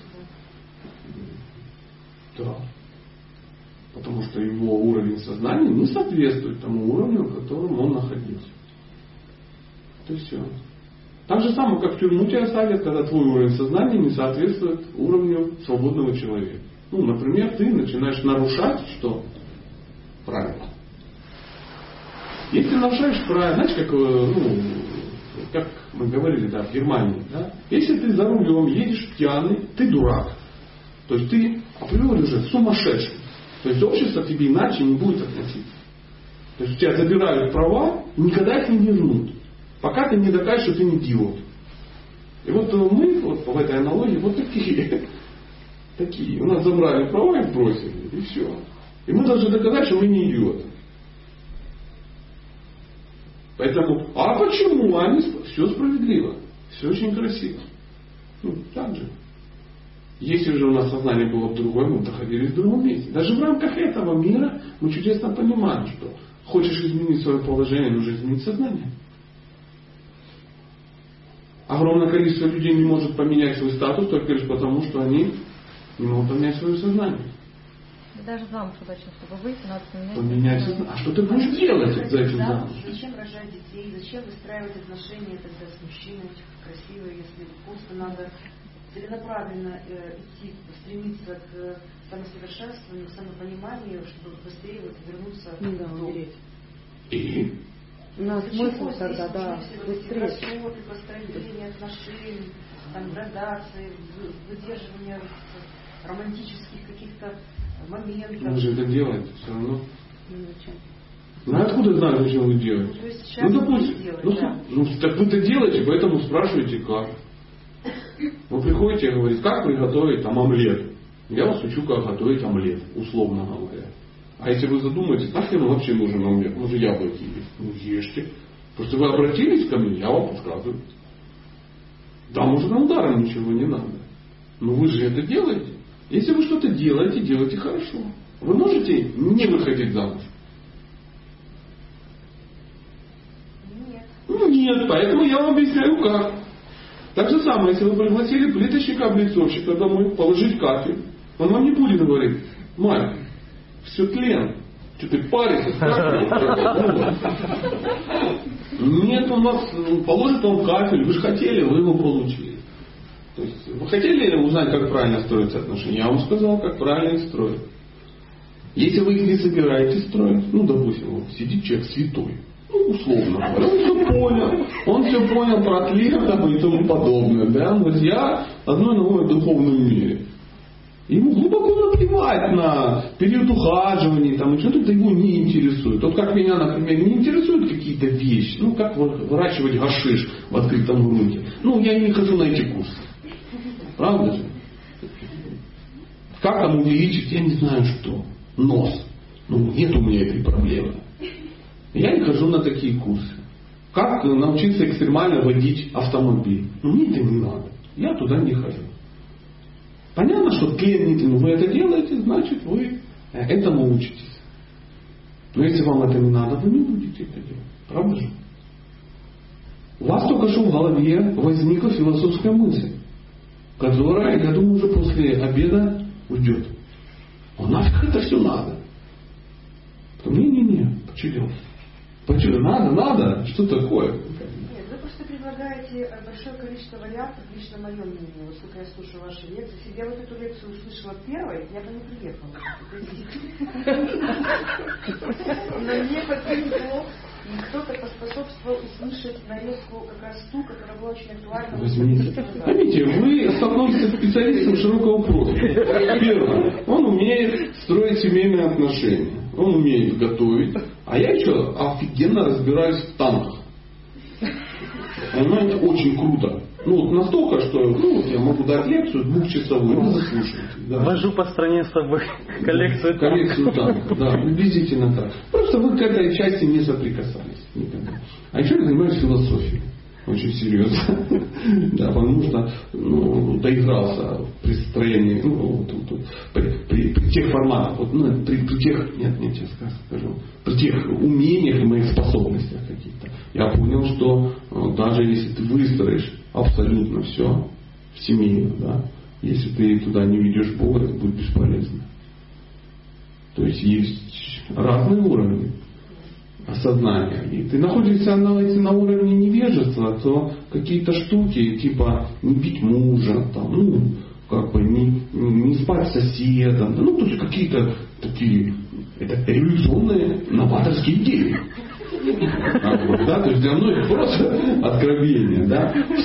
сюда? Да. Потому что его уровень сознания не соответствует тому уровню, в котором он находился. Это все. Так же самое, как в тюрьму тебя ставят, когда твой уровень сознания не соответствует уровню свободного человека. Ну, например, ты начинаешь нарушать что? Правила. Если ты нарушаешь правила, знаете, как, ну, как мы говорили, да, в Германии, да? Если ты за рулем едешь пьяный, ты дурак. То есть ты априори уже сумасшедшим. То есть общество к тебе иначе не будет относиться. То есть у тебя забирают права, никогда их не вернут. Пока ты не докажешь, что ты не идиот. И вот мы вот в этой аналогии вот такие. Такие. У нас забрали права и бросили. И все. И мы должны доказать, что мы не идиоты. Поэтому, а почему? Они, все справедливо. Все очень красиво. Ну, так же. Если же у нас сознание было в другом, мы находились в другом месте. Даже в рамках этого мира мы чудесно понимаем, что хочешь изменить свое положение, нужно изменить сознание. Огромное количество людей не может поменять свой статус только лишь потому, что они не могут поменять свое сознание. Даже замуж удачно, чтобы выйти, надо поменять. Поменять сознание. А что ты будешь делать за этим замуж? Зачем рожать детей? Зачем выстраивать отношения тогда с мужчиной красивые, если просто надо целенаправленно э, идти, стремиться к самосовершенствованию, к самопониманию, чтобы быстрее вот вернуться ну, да, в дом. умереть. И? Ну, смысл тогда, да, быстрее. Красоты, построение отношений, там, градации, выдерживание романтических каких-то моментов. Вы же это делаете все равно. Ну, зачем? Ну откуда знаешь, зачем вы делаете? Ну, то есть сейчас ну, допустим, делать, ну, да. ну, так вы это делаете, поэтому спрашиваете как. Вы приходите и говорите, как приготовить там омлет. Я вас учу, как готовить омлет, условно говоря. А если вы задумаетесь, нахрен вообще нужен омлет? Мы же яблоки есть. Ну ешьте. Потому что вы обратились ко мне, я вам подсказываю. Да, может, нам даром ничего не надо. Но вы же это делаете. Если вы что-то делаете, делайте хорошо. Вы можете не выходить замуж? Нет. Ну нет, поэтому я вам объясняю как. Так же самое, если вы пригласили плиточника-облицовщика домой, положить кафель, он вам не будет говорить, Марк, все тлен, что ты паришься, кафель. Нет, он вас положит вам кафель, вы же хотели, вы его получили. То есть вы хотели узнать, как правильно строятся отношения? Я вам сказал, как правильно их строить. Если вы их не собираетесь строить, ну, допустим, вот, сидит человек святой, ну, условно говоря, он все понял, он все понял про тлен и тому подобное, да, он говорит, я одной ногой в духовном мире. Ему глубоко наплевать на период ухаживания, там, и что-то его не интересует. Вот как меня, например, не интересуют какие-то вещи, ну, как выращивать гашиш в открытом грунте. Ну, я не хожу на эти курсы. Правда же? Как там увеличить, я не знаю что, нос. Ну, нет у меня этой проблемы. Я не хожу на такие курсы. Как научиться экстремально водить автомобиль? Ну, мне это не надо. Я туда не хожу. Понятно, что длительно вы это делаете, значит вы этому учитесь. Но если вам это не надо, вы не будете это делать. Правда же? У вас только что в голове возникла философская мысль, которая, я думаю, уже после обеда уйдет. А нафиг это все надо? Не-не-не, почему? Почему? Надо, надо? Что такое? Нет, вы просто предлагаете большое количество вариантов, лично мое мнение. Вот сколько я слушаю ваши лекции. Если я вот эту лекцию услышала первой, я бы не приехала. Но мне повезло, и кто-то поспособствовал услышать нарезку как раз ту, которая была очень актуальна. Поймите, вы столкнулись со специалистом широкого профиля. Первое, он умеет строить семейные отношения. Он умеет готовить. А я еще офигенно разбираюсь в танках. Понимаете, очень круто. Ну, вот настолько, что ну, вот я могу дать лекцию двухчасовую, вы заслушаете. Да. Вожу по стране с собой коллекцию танков. Коллекцию танков, да, приблизительно так. Просто вы к этой части не соприкасались никогда. А еще я занимаюсь философией. Очень серьезно. Да, потому что ну, доигрался при строении, ну, вот, вот, вот, при, при, при тех форматах, вот, ну, при, при тех, нет, нет, сейчас скажу, при тех умениях и моих способностях каких-то. Я понял, что ну, даже если ты выстроишь абсолютно все в семье, да, если ты туда не ведешь Бога, это будет бесполезно. То есть есть разные уровни осознания. И ты находишься на, на уровне невежества, то какие-то штуки, типа не бить мужа, там, ну, как бы не, не спать с соседом, ну, то есть какие-то такие, это революционные новаторские идеи. Как бы, да, то есть для многих просто откровение, да.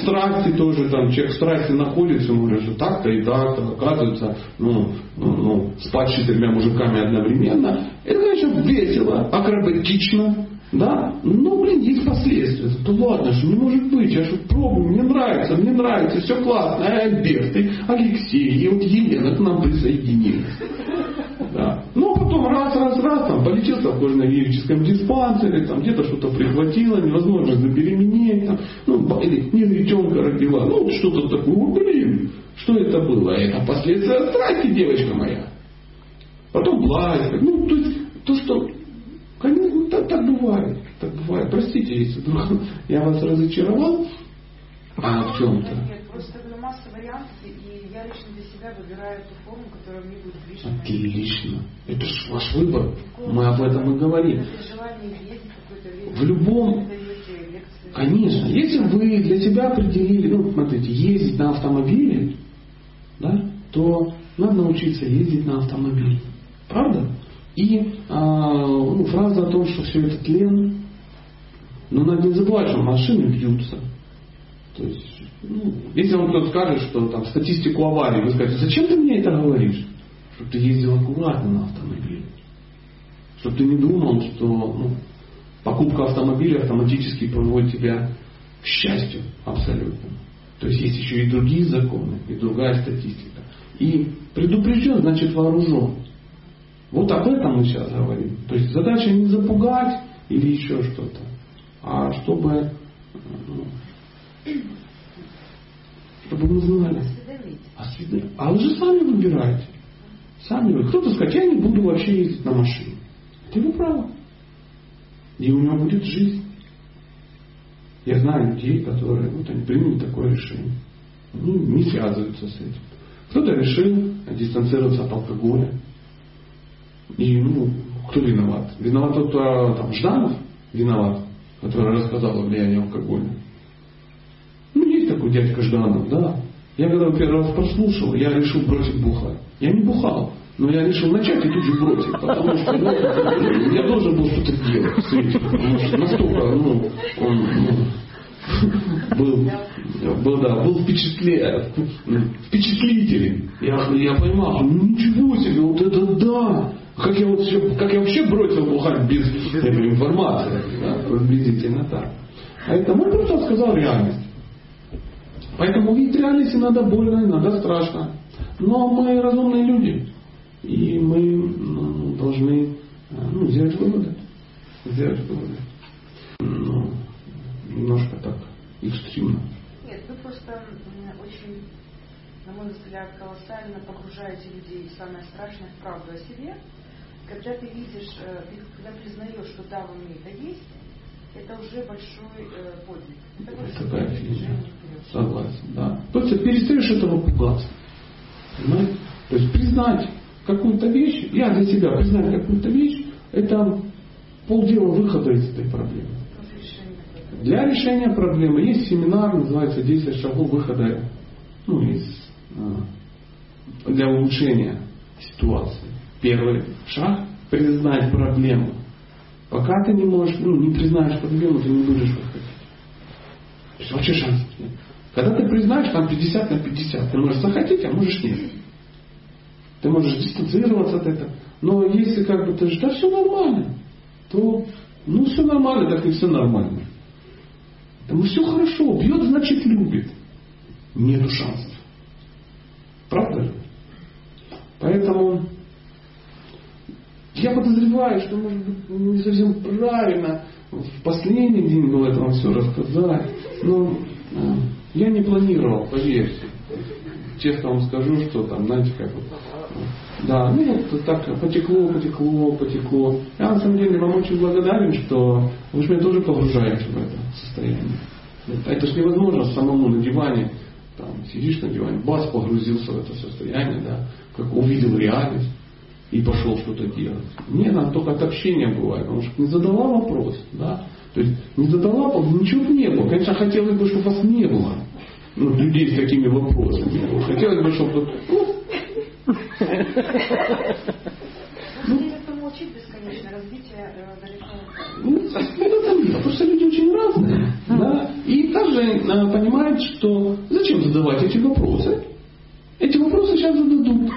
страсти тоже, там, человек в страсти находится, говорит, что так-то и так-то, оказывается, ну, ну, ну, спать с четырьмя мужиками одновременно. Это, конечно, весело, акробатично, да, но, блин, есть последствия. Да ладно, что не может быть, я что пробую, мне нравится, мне нравится, все классно, а Альберт, и Алексей, и вот Елена к нам присоединились. Да. Ну, а потом раз, раз, раз, там, полечился в кожно-венерическом диспансере, там, где-то что-то прихватило, невозможно забеременеть, там, ну, или негритенка родила, ну, что-то такое, блин, что это было? Это последствия страсти, девочка моя. Потом платье, ну, то есть, то, что, конечно, так, так бывает, так бывает. Простите, если вдруг я вас разочаровал, а в чем-то. Нет, просто говорю, масса вариантов, и я лично для себя выбираю ту форму, которая мне будет ближе. Отлично. Это же ваш выбор. Мы об этом и говорим. Это желание ездить какое-то время. В любом... Конечно. Если вы для себя определили, ну, смотрите, ездить на автомобиле, да, то надо научиться ездить на автомобиле. Правда? И а, ну, фраза о том, что все это тлен, но надо не забывать, что машины бьются. То есть, ну, если вам кто-то скажет, что там статистику аварий, вы скажете, зачем ты мне это говоришь? Чтобы ты ездил аккуратно на автомобиле. Чтобы ты не думал, что ну, покупка автомобиля автоматически приводит тебя к счастью абсолютно. То есть есть еще и другие законы, и другая статистика. И предупрежден, значит вооружен. Вот об этом мы сейчас говорим. То есть задача не запугать или еще что-то, а чтобы... Ну, чтобы мы знали. Осведомить. А вы же сами выбираете. Сами вы. Кто-то скажет, я не буду вообще ездить на машине. Это его право. И у него будет жизнь. Я знаю людей, которые вот, они приняли такое решение. Они не связываются с этим. Кто-то решил дистанцироваться от алкоголя. И ну, кто виноват? Виноват тот, кто там, Жданов виноват, который рассказал о влиянии алкоголя. Ну, есть такой дядька Жданов, да. Я когда его первый раз прослушал, я решил бросить бухать. Я не бухал, но я решил начать и тут же бросить, потому что ну, я должен был что-то делать с этим, потому что настолько, ну, он ну, был, был, да, был впечатля... впечатлителен. Я, я понимал, ну ничего себе, вот это да! Как я, вот, как я вообще бросил бухать без, без информации, да, приблизительно так. Поэтому он просто сказал реальность. Поэтому видеть реальность иногда больно, иногда страшно. Но мы разумные люди. И мы ну, должны ну, сделать выводы. Сделать выводы. Ну, немножко так экстремно. Нет, вы просто очень, на мой взгляд, колоссально погружаете людей в самое страшное, в правду о себе. Когда ты видишь, ты, когда признаешь, что да, во мне это есть, это уже большой э, подвиг. Это такая фигня. Согласен, да. Просто перестаешь этого пугаться. Понимаете? То есть признать какую-то вещь, я для себя признать какую-то вещь, это полдела выхода из этой проблемы. Для решения проблемы есть семинар, называется десять шагов выхода ну, из, для улучшения ситуации. Первый шаг – признать проблему. Пока ты не можешь, ну, не признаешь проблему, ты не будешь выходить. То есть вообще шансов нет. Когда ты признаешь, там пятьдесят на пятьдесят. Ты можешь захотеть, а можешь нет. Ты можешь дистанцироваться от этого. Но если как бы ты же, да все нормально, то ну все нормально, так и все нормально. Потому все хорошо, бьет, значит любит. Нету шансов. Правда же? Поэтому я подозреваю, что может быть не совсем правильно в последний день было это вам все рассказать. Но э, я не планировал, поверьте. Честно вам скажу, что там, знаете, как вот. Да, ну вот так потекло, потекло, потекло. Я на самом деле вам очень благодарен, что вы же меня тоже погружаете в это состояние. Это же невозможно самому на диване, там, сидишь на диване, бас погрузился в это состояние, да, как увидел реальность и пошел что-то делать. Мне надо только от общения бывает, потому что не задала вопрос, да. То есть не задала вопрос, ничего не было. Конечно, хотелось бы, чтобы вас не было. Ну, людей с такими вопросами. Хотелось бы, чтобы... Ну, это молчит бесконечно, развитие далеко. Ну, это потому что люди очень разные. Да? И также э, понимает, что зачем задавать эти вопросы. Эти вопросы сейчас зададут.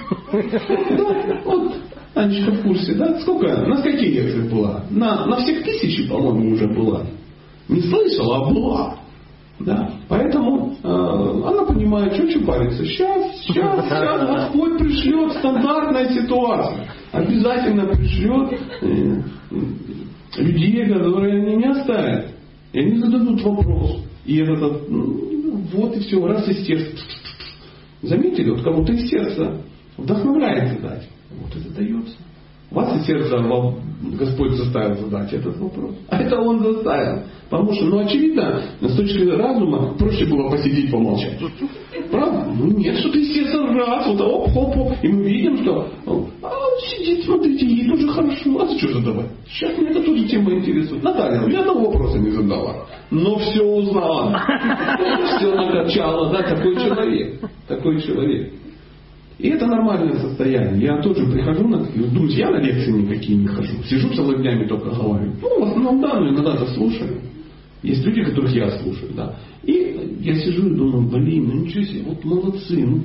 Да, вот, Анечка в курсе, да? Сколько? На скольких лекциях была? На, на всех тысячи, по-моему, уже была. Не слышала, а была. Да. Поэтому э, она понимает, что что париться. Сейчас, сейчас, сейчас Господь пришлет, стандартная ситуация. Обязательно пришлет э, людей, которые они не оставят. И они зададут вопрос. И этот, ну, вот и все, раз из сердца. Заметили, вот кому-то из сердца вдохновляет задать. Вот и задается. Вас из сердца вам Господь заставил задать этот вопрос. А это Он заставил. Потому что, ну, очевидно, с точки разума проще было посидеть, помолчать. Правда? Ну нет, что ты из сердца раз, вот оп-хоп-хоп. И мы видим, что а, сидит, смотрите, ей тоже хорошо. А что задавать? Сейчас меня это тоже тема интересует. Наталья, ни одного вопроса не задала. Но все узнала. Все накачала. Да, такой человек. Такой человек. И это нормальное состояние. Я тоже прихожу на такие, друзья, на лекции никакие не хожу. Сижу целыми днями только говорю. Ну, в основном да, но иногда-то слушаю. Есть люди, которых я слушаю, да. И я сижу и думаю, блин, ну ничего себе, вот молодцы. Ну,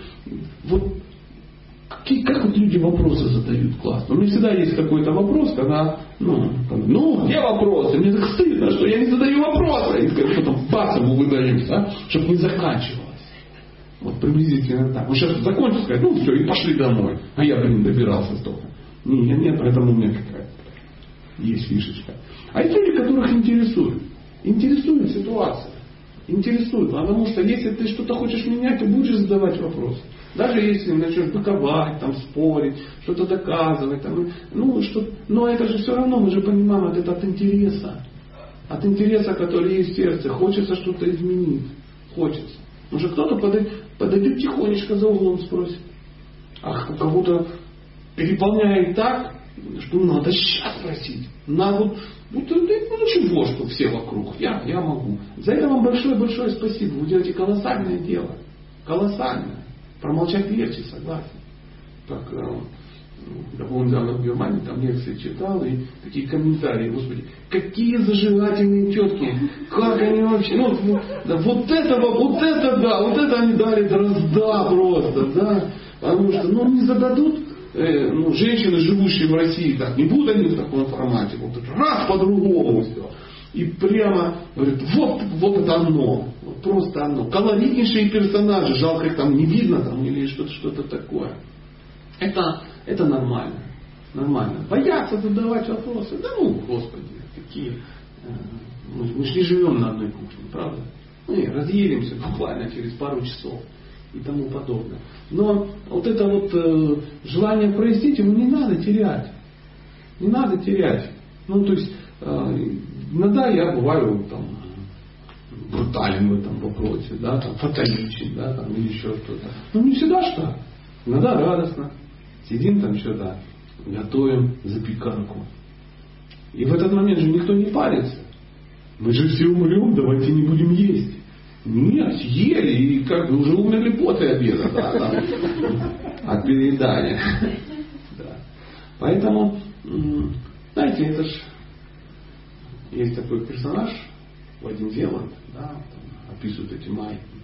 вот какие, как вот люди вопросы задают классно. У меня всегда есть какой-то вопрос, когда, ну, там, ну, где вопросы? Мне так стыдно, что я не задаю вопросы. И потом бац, ему выдают, да, чтобы не заканчивалось. Вот приблизительно так. Вот сейчас закончится, сказать, ну все, и пошли домой. А я, блин, добирался столько. Нет, нет, поэтому у меня какая-то есть фишечка. А есть люди, которых интересует. Интересует ситуация. Интересует. Потому что если ты что-то хочешь менять, ты будешь задавать вопросы. Даже если начнешь быковать, там, спорить, что-то доказывать. Там, ну, что, но это же все равно, мы же понимаем, это от интереса. От интереса, который есть в сердце. Хочется что-то изменить. Хочется. Потому что кто-то подойдет, подойдет тихонечко за углом, спросит. А кого-то переполняет так, что надо сейчас спросить. Надо вот, вот, ну ничего, что все вокруг. Я, я могу. За это вам большое-большое спасибо. Вы делаете колоссальное дело. Колоссальное. Промолчать легче, согласен. Так, я был недавно в Германии, там лекции читал, и такие комментарии, господи, какие зажигательные тетки, как они вообще, ну, да, вот этого, вот это да, вот это они дали дрозда просто, да, потому что, ну, не зададут, э, ну, женщины, живущие в России, так, не будут они в таком формате, вот раз по-другому все. И прямо говорит, вот, вот это оно, вот просто оно. Колоритнейшие персонажи, жалко их там не видно там, или что-то, что-то такое. Это, это нормально. Нормально. Бояться задавать вопросы. Да ну, Господи, какие. Мы, мы же не живем на одной кухне, правда? Мы разъедемся буквально через пару часов и тому подобное. Но вот это вот э, желание прояснить его не надо терять. Не надо терять. Ну, то есть, э, иногда я бываю там брутален в этом вопросе, да, там, фаталичен, да, там, или еще что-то. Но не всегда что. Иногда радостно. Сидим там что-то, готовим запеканку. И в этот момент же никто не парится. Мы же все умрем, давайте не будем есть. Нет, съели и как бы уже умерли после обеда, да, там, от переедания. Да. Поэтому, знаете, это ж есть такой персонаж, Вадим Зеланд, да, там, описывают эти маятники.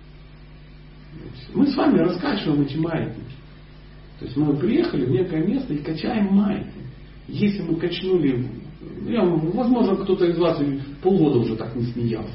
Мы с вами раскачиваем эти маятники. То есть мы приехали в некое место и качаем маятник. Если мы качнули, я, возможно, кто-то из вас полгода уже так не смеялся.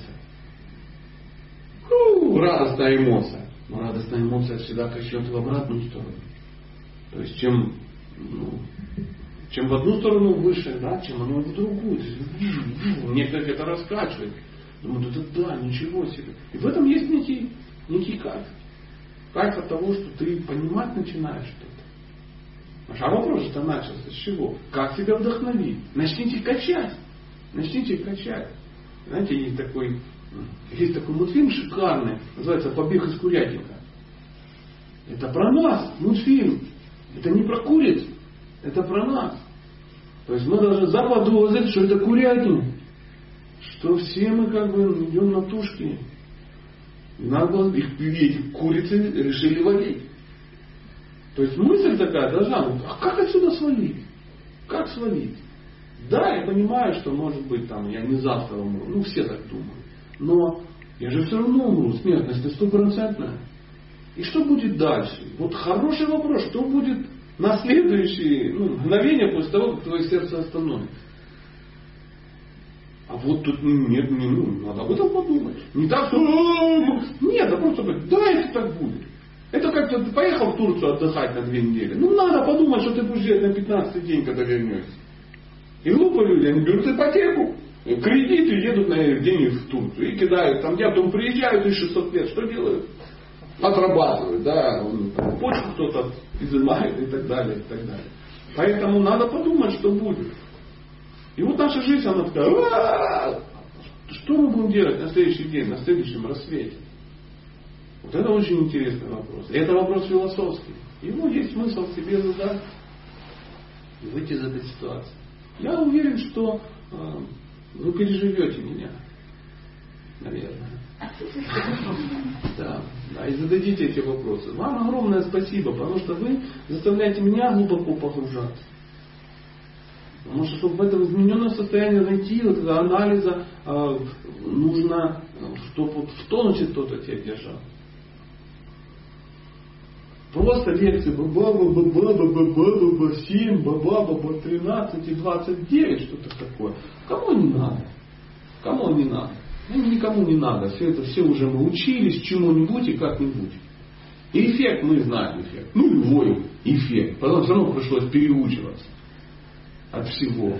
Фу, радостная эмоция. Но радостная эмоция всегда качнет в обратную сторону. То есть чем, ну, чем в одну сторону выше, да, чем оно в другую. Некоторых это раскачивает. Думаю, да, да, ничего себе. И в этом есть некий, некий кайф. Кайф от того, что ты понимать начинаешь что-то. А вопрос-то начался с чего? Как себя вдохновить? Начните качать. Начните качать. Знаете, есть такой, есть такой мультфильм шикарный, называется «Побег из курятника». Это про нас, мультфильм. Это не про куриц, это про нас. То есть мы должны заподозрить, что это курятник. Что все мы как бы идем на тушки. И надо их, эти курицы решили валить. То есть мысль такая должна быть, а как отсюда свалить? Как свалить? Да, я понимаю, что может быть там, я не завтра умру. Ну, все так думают. Но я же все равно умру, смертность стопроцентная. И что будет дальше? Вот хороший вопрос, что будет на следующие ну, мгновения после того, как твое сердце остановится? А вот тут нет, не, ну, надо об этом подумать. Не так, что нет, а просто говорить, да, это так будет. Это как-то ты поехал в Турцию отдыхать на две недели. Ну надо подумать, что ты будешь делать на пятнадцатый день, когда вернешься. И глупые люди, они берут ипотеку, кредит и едут на деньги в Турцию. И кидают там, я потом приезжают и шестьсот лет, что делают? Отрабатывают, да, почку кто-то изымает и так далее, и так далее. Поэтому надо подумать, что будет. И вот наша жизнь, она такая, а-а-а! Что мы будем делать на следующий день, на следующем рассвете? Вот это очень интересный вопрос. И это вопрос философский. Ему есть смысл себе задать и выйти из этой ситуации. Я уверен, что э, вы переживете меня. Наверное. Да, да, и зададите эти вопросы. Вам огромное спасибо, потому что вы заставляете меня глубоко погружаться. Потому что, чтобы в этом измененном состоянии найти вот этого анализа, э, нужно, чтобы вот в тонусе кто-то тебя держал. Просто лекции ба-ба-ба-ба-ба-ба-ба-ба семь, ба-ба-ба-ба тринадцать и двадцать девять, что-то такое. Кому не надо? Кому не надо? Ну, никому не надо. Все это все уже мы учились чему-нибудь и как-нибудь. И эффект мы знаем эффект. Ну, любой эффект. Потом все равно пришлось переучиваться от всего.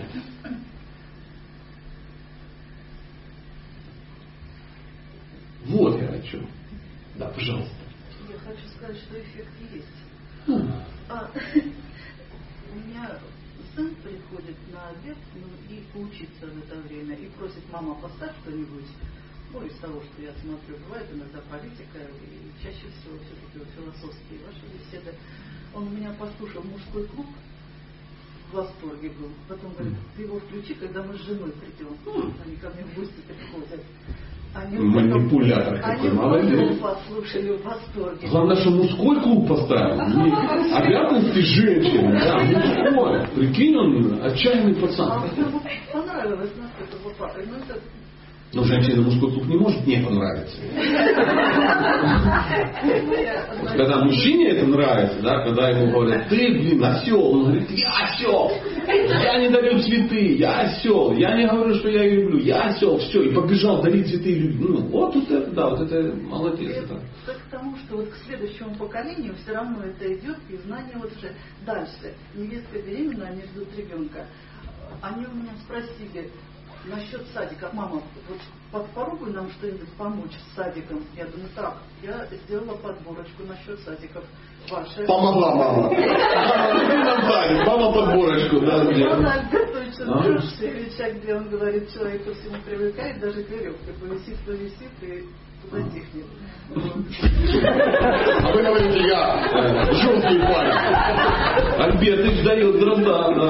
Вот я о чем. Да, пожалуйста. Я хочу сказать, что эффект есть. Хм. А, у меня сын приходит на обед ну, и поучиться в это время и просит: мама, поставь что-нибудь. Ну, из того, что я смотрю, бывает иногда политика, и чаще всего все-таки вот философские ваши беседы. Он у меня послушал «Мужской клуб», в восторге был. Потом говорит: ты его включи, когда мы с женой придем. Они ко мне в гости приходят. Они Манипулятор какой, молодец. Послушали в восторге. Главное, что мужской клуб поставил. Не обязанности женщины, да, мужской. Прикинь, он отчаянный пацан. А ему понравилось, насколько папа. Ну, это... Но женщина мужской клуб не может не понравиться. Когда мужчине это нравится, да, когда ему говорят: ты, блин, осел, он говорит: я осел, я не дарю цветы, я осел, я не говорю, что я ее люблю, я осел, все, и побежал дарить цветы и любить. Ну, вот, вот это, да, вот это молодец. Это. Это к тому, что вот к следующему поколению все равно это идет, и знание вот уже дальше. Невестка беременна, они ждут ребенка. Они у меня спросили насчет садика: мама, вот попробуй нам что-нибудь помочь с садиком. Я думаю, так, я сделала подборочку насчет садиков. Ваши. Помогла мама. Мама подборочку, да. Он Альберт точно крючок, где он говорит, человек ко всему привыкает, даже веревка повисит, повисит и туда тихнет. А вы говорите: я жесткий парень. Альбертыч дает дрозда, да.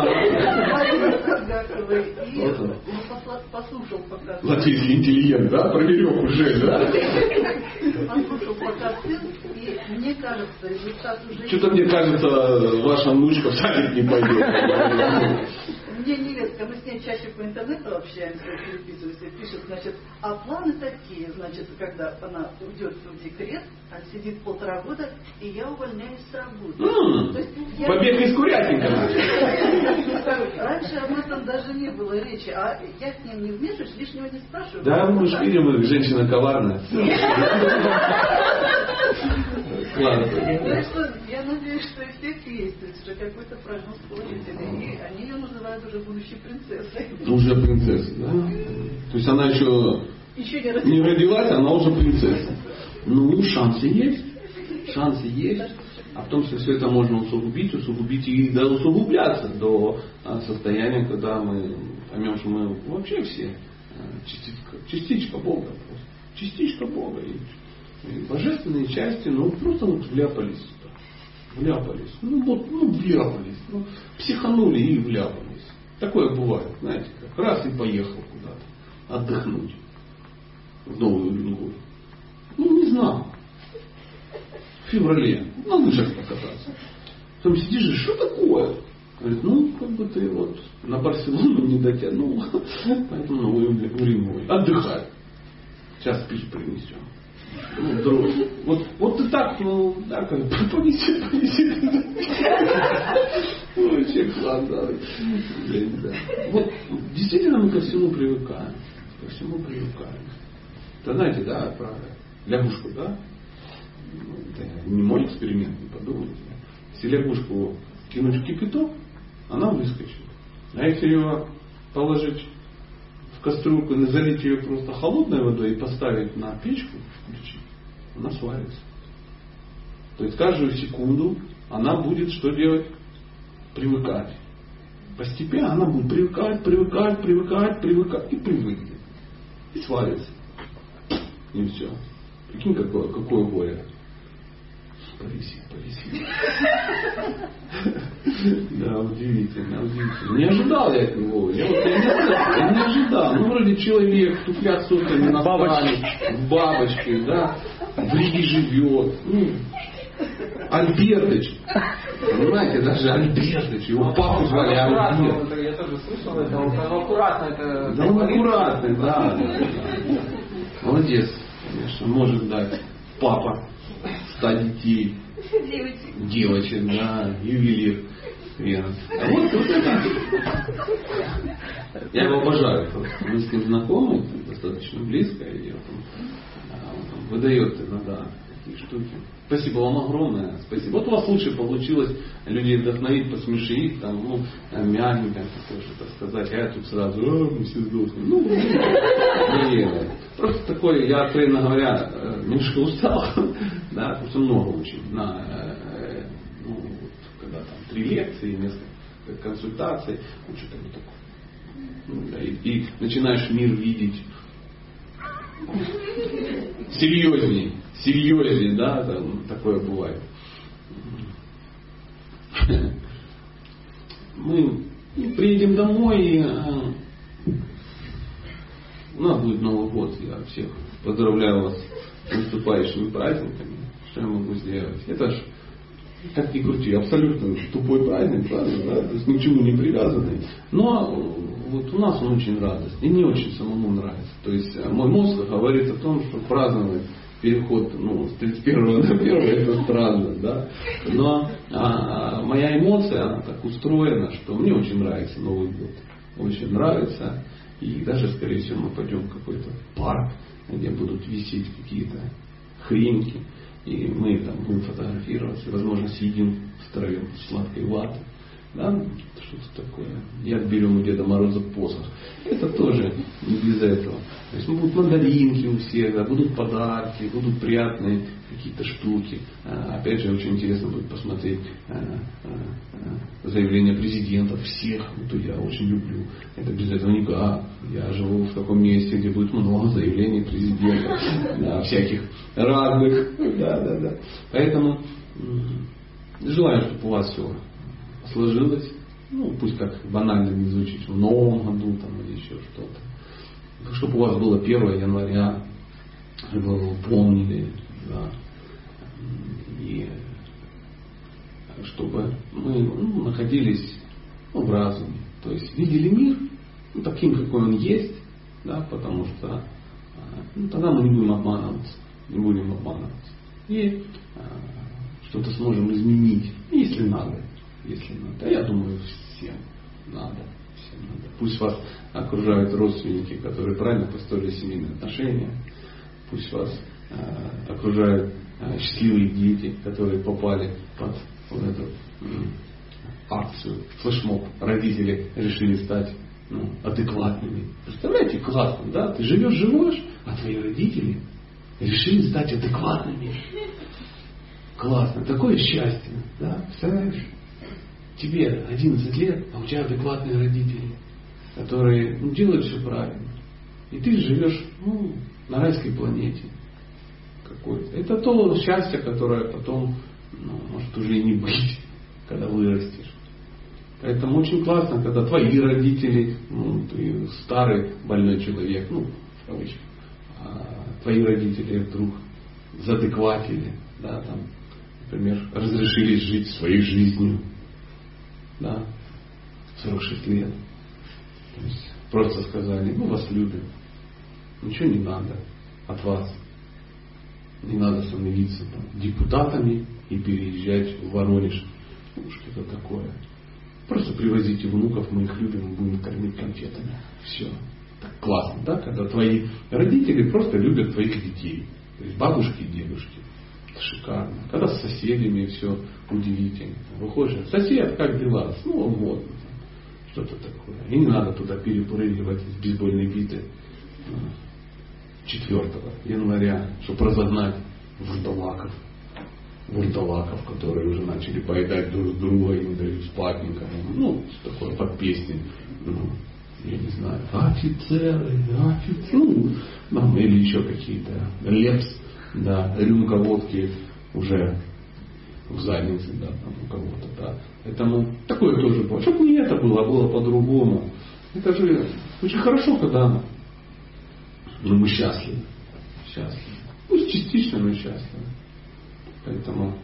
И он послушал пока. Латвийский интеллигент, да? Про веревку жесть, да? Послушал пока сын, и мне кажется, результат уже... Что-то мне кажется, ваша внучка в садик не пойдет. Мне невестка, мы с ней чаще по интернету общаемся, переписываемся, пишет, значит, а планы такие, значит, когда она уйдет в декрет, она сидит полтора года, и я увольняюсь с работы. Mm. То есть я... Побег из курятника. Раньше об этом даже не было речи, а я к ним не вмешиваюсь, лишнего не спрашиваю. Да, мы же видим, женщина коварная. Я надеюсь, что эффект есть, то есть уже какой-то прогноз положительный, и они ее называют уже будущей принцессой. Уже принцесса, да? То есть она еще, еще не, не родилась, она уже принцесса. Ну, шансы есть. Шансы есть. А в том, что все это можно усугубить, усугубить и да, усугубляться до состояния, когда мы поймем, что мы вообще все частичка, частичка Бога. Просто. Частичка Бога. И, и божественные части, ну, просто вот вляпались сюда. Вляпались. Ну, вот, ну, вляпались. Ну, психанули и вляпались. Такое бывает, знаете, как раз и поехал куда-то отдохнуть в Новую Уренгой. Ну, не знал. В феврале. На лыжах покататься. Потом сидишь и что такое? Говорит, ну, как бы ты вот на Барселону не дотянул, поэтому Новую Уренгой. Отдыхай. сейчас спичь принесем. Ну, вдруг. Вот, вот ты так, ну, так, понеси, понеси. Вообще класс, да. Вот действительно мы ко всему привыкаем. Ко всему привыкаем. Это знаете, да, про лягушку, да? Это не мой эксперимент, не подумайте. Если лягушку кинуть в кипяток, она выскочит. А если ее положить в кастрюльку и залить ее просто холодной водой и поставить на печку, включить, она сварится. То есть каждую секунду она будет что делать? Привыкать. Постепенно она будет привыкать, привыкать, привыкать, привыкать и привыкнет. И сварится. И все. Прикинь, какое, какое горе. Повиси, повиси. Да, удивительно, удивительно. Не ожидал я от него. Я, вот, я, не, ожидал, я не ожидал. Ну, вроде человек в туфлях сотками на стане, в бабочке, да, в Риге живет. Ну, Альбертыч. Понимаете, даже Альбертыч. Его папу звали Альберт. Я тоже слышал это. Он аккуратно это... Да, он аккуратный, да. Молодец, конечно, может дать папа ста детей. Девочек. Девочек, да, ювелир. Верно. А вот, вот это. Я его обожаю. Мы с ним знакомы достаточно близко. И он, он выдает иногда такие штуки. Спасибо вам огромное. Спасибо. Вот у вас лучше получилось людей вдохновить, посмешить, там, ну, мягенько что-то сказать. А я тут сразу, а, мы все сдохнем. Ну, не, просто такой, я, откровенно говоря, немножко устал. Да, потому что много очень. На, ну, когда там три лекции, несколько консультаций, ну, что-то вот такое. Ну, да, и, и начинаешь мир видеть серьезней. Серьезнее, да, там, такое бывает. Мы приедем домой, и у нас будет Новый год. Я всех поздравляю вас с наступающими праздниками. Что я могу сделать? Это ж, как ни крути, абсолютно тупой праздник, правда, да? То есть ни к чему не привязанный. Но вот у нас он очень радостный. И мне очень самому нравится. То есть мой мозг говорит о том, что праздновать переход, ну, с тридцать первого на первое, это странно, да. Но а, моя эмоция, она так устроена, что мне очень нравится Новый год. Очень нравится. И даже, скорее всего, мы пойдем в какой-то парк, где будут висеть какие-то хренки. И мы там будем фотографироваться. Возможно, съедим втроем сладкой ваты. Да? Что-то такое. Я берем у Деда Мороза посох. Это тоже не без этого. То есть будут мандаринки у всех, да, будут подарки, будут приятные какие-то штуки. А, опять же, очень интересно будет посмотреть а, а, заявления президентов всех. Вот я очень люблю. Это без этого никак. Я живу в таком месте, где будет много заявлений президентов. Да, всяких разных. Да, да, да. Поэтому желаю, чтобы у вас все сложилось, ну, пусть как банально не звучит, в новом году там, или еще что-то. Чтобы у вас было первое января, чтобы вы помнили, да, и чтобы мы, ну, находились, ну, в разуме. То есть видели мир, ну, таким, какой он есть, да, потому что, ну, тогда мы не будем обманываться, не будем обманываться. И а, что-то сможем изменить, если надо. Если надо. А я думаю, всем надо. Всем надо. Пусть вас окружают родственники, которые правильно построили семейные отношения. Пусть вас э, окружают э, счастливые дети, которые попали под вот эту э, акцию, флешмоб. Родители решили стать, ну, адекватными. Представляете, классно, да? Ты живешь, живешь, а твои родители решили стать адекватными. Классно. Такое счастье, да? Представляешь? Тебе одиннадцать лет, а у тебя адекватные родители, которые, ну, делают все правильно. И ты живешь, ну, на райской планете какой-то. Это то счастье, которое потом, ну, может уже и не быть, когда вырастешь. Поэтому очень классно, когда твои родители, ну, ты старый больной человек, ну, в кавычках, а твои родители вдруг заадекватили, да, там, например, разрешили жить своей жизнью. Да, сорок шесть лет. То есть просто сказали, мы вас любим, ничего не надо. от вас. Не надо становиться там, депутатами и переезжать в Воронеж. Ну, что-то такое. Просто привозите внуков, мы их любим, мы будем кормить конфетами. Все. Так классно, да? Когда твои родители просто любят твоих детей. То есть бабушки и дедушки. Это шикарно. Когда с соседями все удивительно. Выходишь, сосед, как дела? Ну, модно. Что-то такое. И не надо туда перепрыгивать с бейсбольной биты четвёртого января, чтобы разогнать вурдалаков. Вурдалаков, которые уже начали поедать друг друга и не дают спать никому. Ну, такое под песни. Ну, я не знаю, офицеры, офицеры, ну, там, или еще какие-то. Лепс, да, рюмка водки уже в заднице, да, там у кого-то, да. Поэтому такое тоже было. Чтобы не это было, а было по-другому. Это же очень хорошо, когда ну, мы счастливы. Счастливы. Пусть частично, но счастливы. Поэтому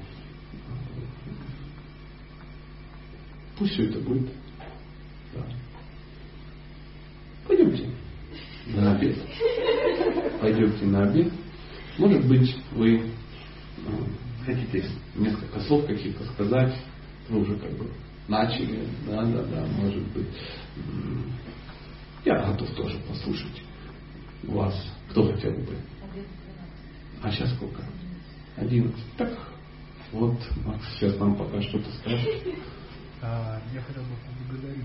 пусть все это будет. Да. Пойдемте на обед. Пойдемте на обед. Может быть, вы ну, хотите несколько слов каких-то сказать. Вы уже как бы начали. Да, да, да, может быть. Я готов тоже послушать вас. Кто хотел бы? А сейчас сколько? Одиннадцать. Так, вот, Макс сейчас нам пока что-то скажет. А, я хотел бы поблагодарить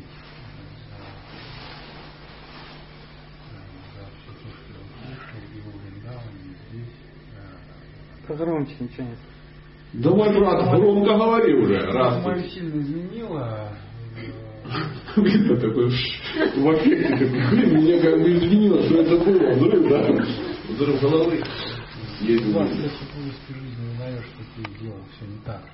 за, за все то, что я услышал, и во Вриндаване, и здесь. Погромче, ничего нет. Давай, брат, громко говори уже. Раз. Мою сильно изменило. Видно такой в аффекте, такой, меня как бы изменило, что это было. Взрыв, да? Взрыв головы. Есть двадцать лет супружеской жизни узнаешь, что ты делал все не так.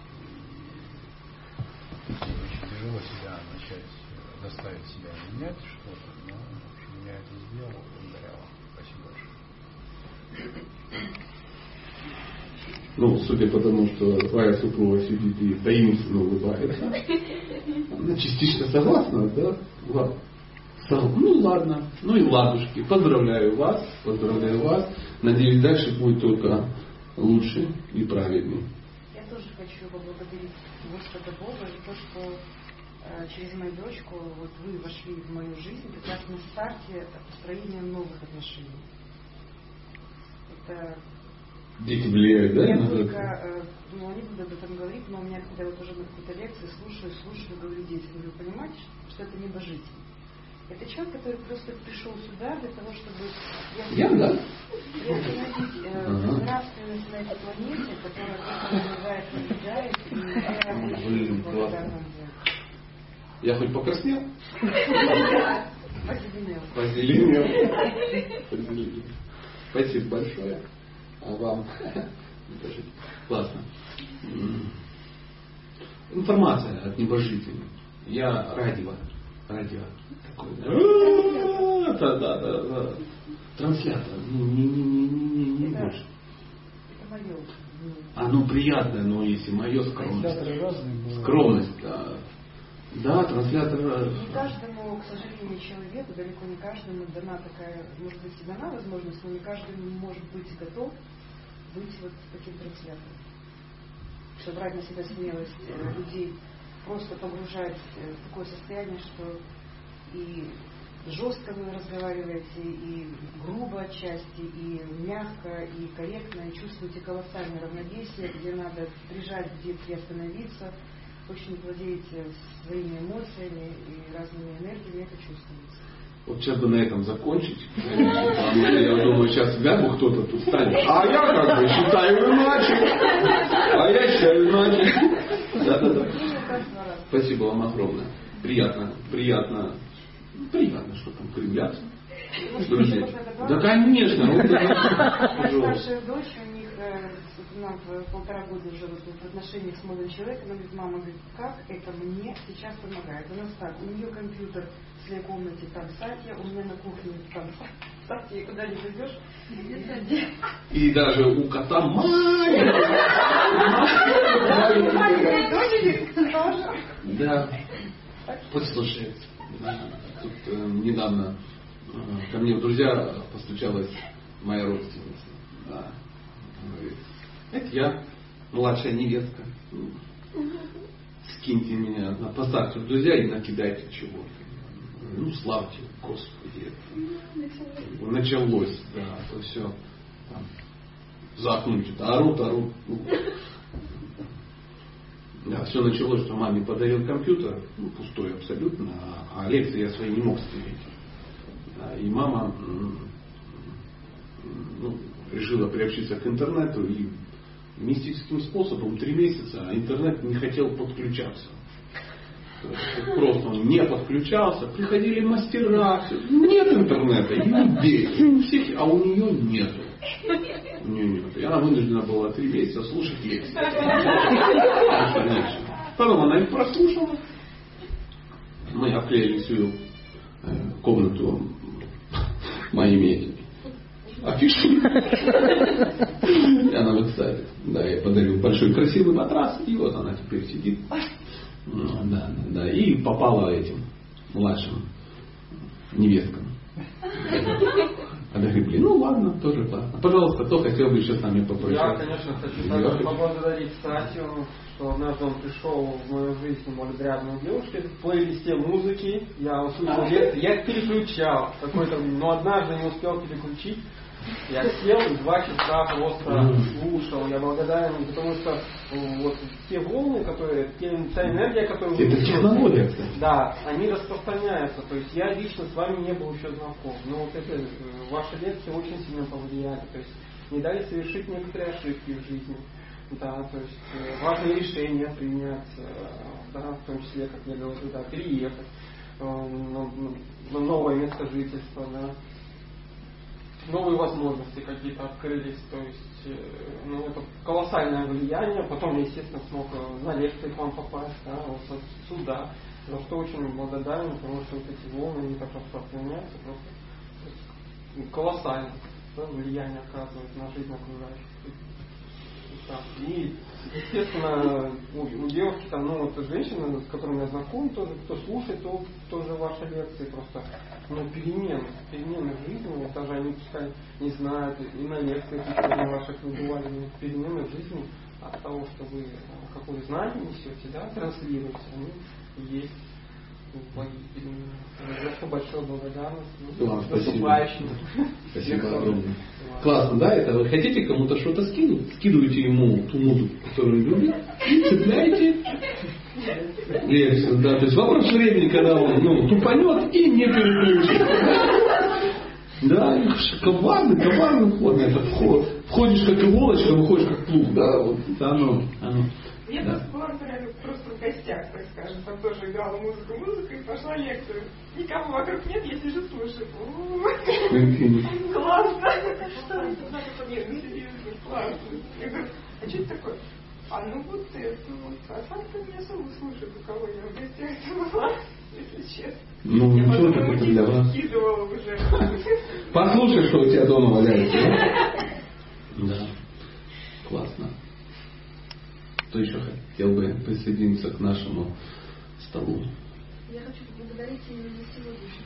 И очень тяжело себя начать, заставить себя менять что-то, но в общем, я это сделал, благодаря вам. Спасибо большое. Ну, судя по тому, что твоя супруга сидит и таинственно улыбается, она частично согласна, да? Ладно. Ну ладно, ну и ладушки. Поздравляю вас, поздравляю вас. Надеюсь, дальше будет только лучше и праведнее. Я тоже хочу поблагодарить Господа Бога за то, что э, через мою дочку вот вы вошли в мою жизнь как раз на старте построения новых отношений. Это дети влияют, да? я только, э, ну, они будут об этом говорить, но у меня, когда я вот уже на какой-то лекции слушаю, слушаю, говорю детям, говорю, понимаете, что это небожитель. Это человек, который просто пришел сюда для того, чтобы я, я да? приостановить э, ага. нравственность на этой планете, которая продолжает набегает, и я очень благодарна. Я хоть покраснел? Позеленел. Позеленел. Позеленел. Спасибо большое. А вам? Классно. Информация от небожителей. Я радио. Радио. Такое. Да, да, да, да. Транслятор. Не, не, не, не, не, не больше. Это мое. Оно приятное, но если мое скромность. Трансляторы разные. Скромность, да. Да, транслятор разный. Не каждому, к сожалению, человеку, далеко не каждому дана такая, может быть, и дана возможность, но не каждый может быть готов быть вот таким транслятором. Чтобы брать на себя смелость людей, просто погружать в такое состояние, что и жестко вы разговариваете, и грубо отчасти, и мягко, и корректно, и чувствуете колоссальное равновесие, где надо прижать, где остановиться, очень владеете своими эмоциями и разными энергиями, это чувствуется. Вот сейчас бы на этом закончить. Я думаю, сейчас вябу кто-то тут станет. А я как бы считаю иначе. А я считаю иначе. Да, да, да. Спасибо вам огромное. Приятно, приятно. Приятно, что там кривляться. Друзья. Да, конечно. Старшая дочь, у них нам полтора года уже в отношениях с молодым человеком, она говорит, мама, говорит, как это мне сейчас помогает? У нас так, у нее компьютер в своей комнате, там Сатья, у меня на кухне там Сатья, и куда не зайдешь, и даже у кота Майя. Да. Послушай, тут недавно ко мне в друзья постучалась моя родственница. Да. Она говорит, это я, младшая невестка. Скиньте меня, поставьте в друзья и накидайте чего-то. Ну, славьте, Господи. Это. Началось, да, то все. Там, за окном что-то орут, орут. Да, все началось, что маме подарил компьютер, ну, пустой абсолютно, а лекции я свои не мог стереть. Да, и мама ну, решила приобщиться к интернету и мистическим способом три месяца интернет не хотел подключаться. Просто он не подключался, приходили мастера, нет интернета, и убей, а у нее нету. У нее нету. И она вынуждена была три месяца слушать лекции. Потом она их прослушала. Мы обклеили всю комнату моими афишами. И она вот, кстати, да, я подарил большой красивый матрас, и вот она теперь сидит. Да, да, да. И попала этим младшим невесткам. Она говорит, блин, ну ладно, тоже классно. Пожалуйста, кто хотел бы еще с нами попрощаться? Я, конечно, хочу также поблагодарить Сатью, что однажды он пришел в мою жизнь благодаря одной девушке в плейлисте музыки. Я услышал лекции, я их переключал какой-то, но однажды не успел переключить. Я сел и два часа просто слушал. Я благодарен, потому что вот те волны, которые, те, та энергия, которую вы... Это технология, кстати. Да, они распространяются. То есть я лично с вами не был еще знаком. Но вот это, ваши лекции очень сильно повлияли. То есть не дали совершить некоторые ошибки в жизни. Да, то есть важные решения принять, да, в том числе, как я говорил, да, переехать на, на новое место жительства, да. Новые возможности какие-то открылись, то есть ну, это колоссальное влияние. Потом я, естественно, смог на лекции к вам попасть, да, вот сюда, за что очень благодарен, потому что вот эти волны не так распространяются, просто колоссальное да, влияние оказывает на жизнь окружающих. И, естественно, у, у девушки, там, ну, вот женщина, с которой я знаком, тоже, кто слушает, то, тоже ваши лекции, просто ну, перемены, перемены в жизни, вот даже они пускай не знают, и на лекциях, и на ваших не бывали, но перемены в жизни от того, что вы какое знание несете, да, транслируете, они есть. За что большое благодарность. Ну, спасибо. Спасибо огромное. Классно, да? Это вы хотите кому-то что-то скинуть? Скидываете ему ту музыку, которую любит, и цепляете лекцию. Да? То есть вопрос времени, когда он ну, тупанет и не переключит. Да, и коварный, коварный вход на этот вход. Входишь как иголочка, выходишь как плуг. Да, вот оно. оно. Я до сих пор просто в гостях, так скажем, там тоже играла музыку, музыку и пошла лекцию. Никого вокруг нет, я сижу слушаю. Классно! Классно! Я говорю, а что это такое? А ну вот это вот. А сам-то не особо слушает, у кого я в гостях была, если честно. Ну, я ничего такого для вас. Скидывала уже. Послушай, что у тебя дома валяется. Да. Классно. Кто еще хотел бы присоединиться к нашему столу? Я хочу поблагодарить именно за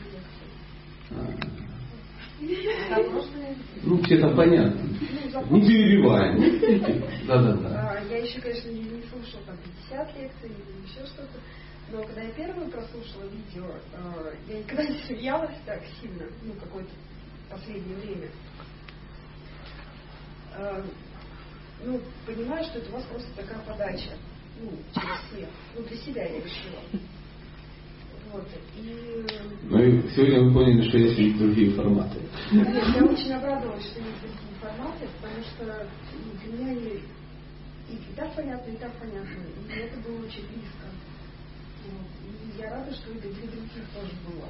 сегодняшнюю лекцию. Ну, все это понятно. Не перебиваем. Да-да-да. Я еще, конечно, не слушала там пятьдесят лекций или еще что-то. Но когда я первую прослушала видео, я никогда не смеялась так сильно, ну, какое-то последнее время. Ну, понимаю, что это у вас просто такая подача, ну, через смех. Ну, для себя я решила. Вот. И... Ну и сегодня вы поняли, что есть и другие форматы. Нет, я очень обрадовалась, что есть другие форматы, потому что ну, для меня и, и, и так понятно, и так понятно. И это было очень близко. Вот. И я рада, что и для других тоже было.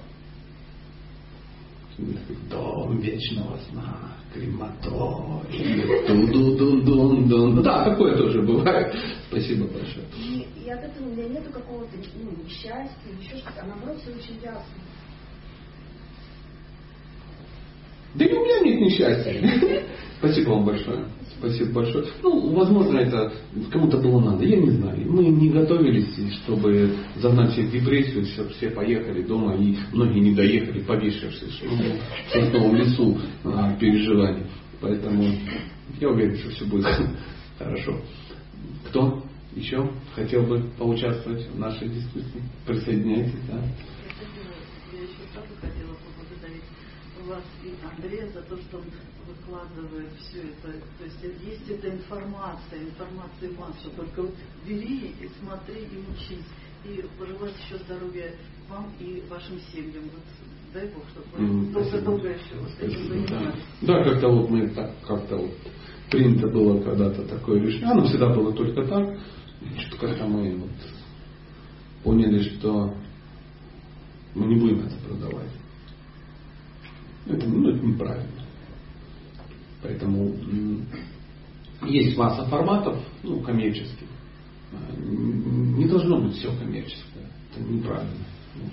Дом вечного сна, крематорий, ту-ду-дун-дун-дун. Да, такое тоже бывает. Спасибо большое. И, и от этого у меня нету какого-то ну, несчастья, еще что-то, а наоборот все очень ясно. Да и у меня нет несчастья. Спасибо вам большое. Спасибо большое. Ну, возможно, это кому-то было надо. Я не знаю. Мы не готовились, чтобы загнать всех в депрессию, чтобы все поехали дома, и многие не доехали, повешившись в сосновом лесу а, переживаний. Поэтому я уверен, что все будет хорошо. Кто еще хотел бы поучаствовать в нашей дискуссии? Присоединяйтесь. Да? Я еще сразу хотела поблагодарить вас и Андрея за то, что он выкладывает все это. То есть есть эта информация, информации масса. Только вот бери и смотри и учись. И пожелать еще здоровья вам и вашим семьям. Вот, дай Бог, чтобы вы долго-долго еще вот этим занимались. Да, как-то вот мы так, как-то вот принято было когда-то такое решение. Оно всегда было только так. Что как-то мы вот поняли, что мы не будем это продавать. Это, ну, это неправильно. Поэтому м- есть масса форматов, ну, коммерческих. Не должно быть все коммерческое. Это неправильно. Ну,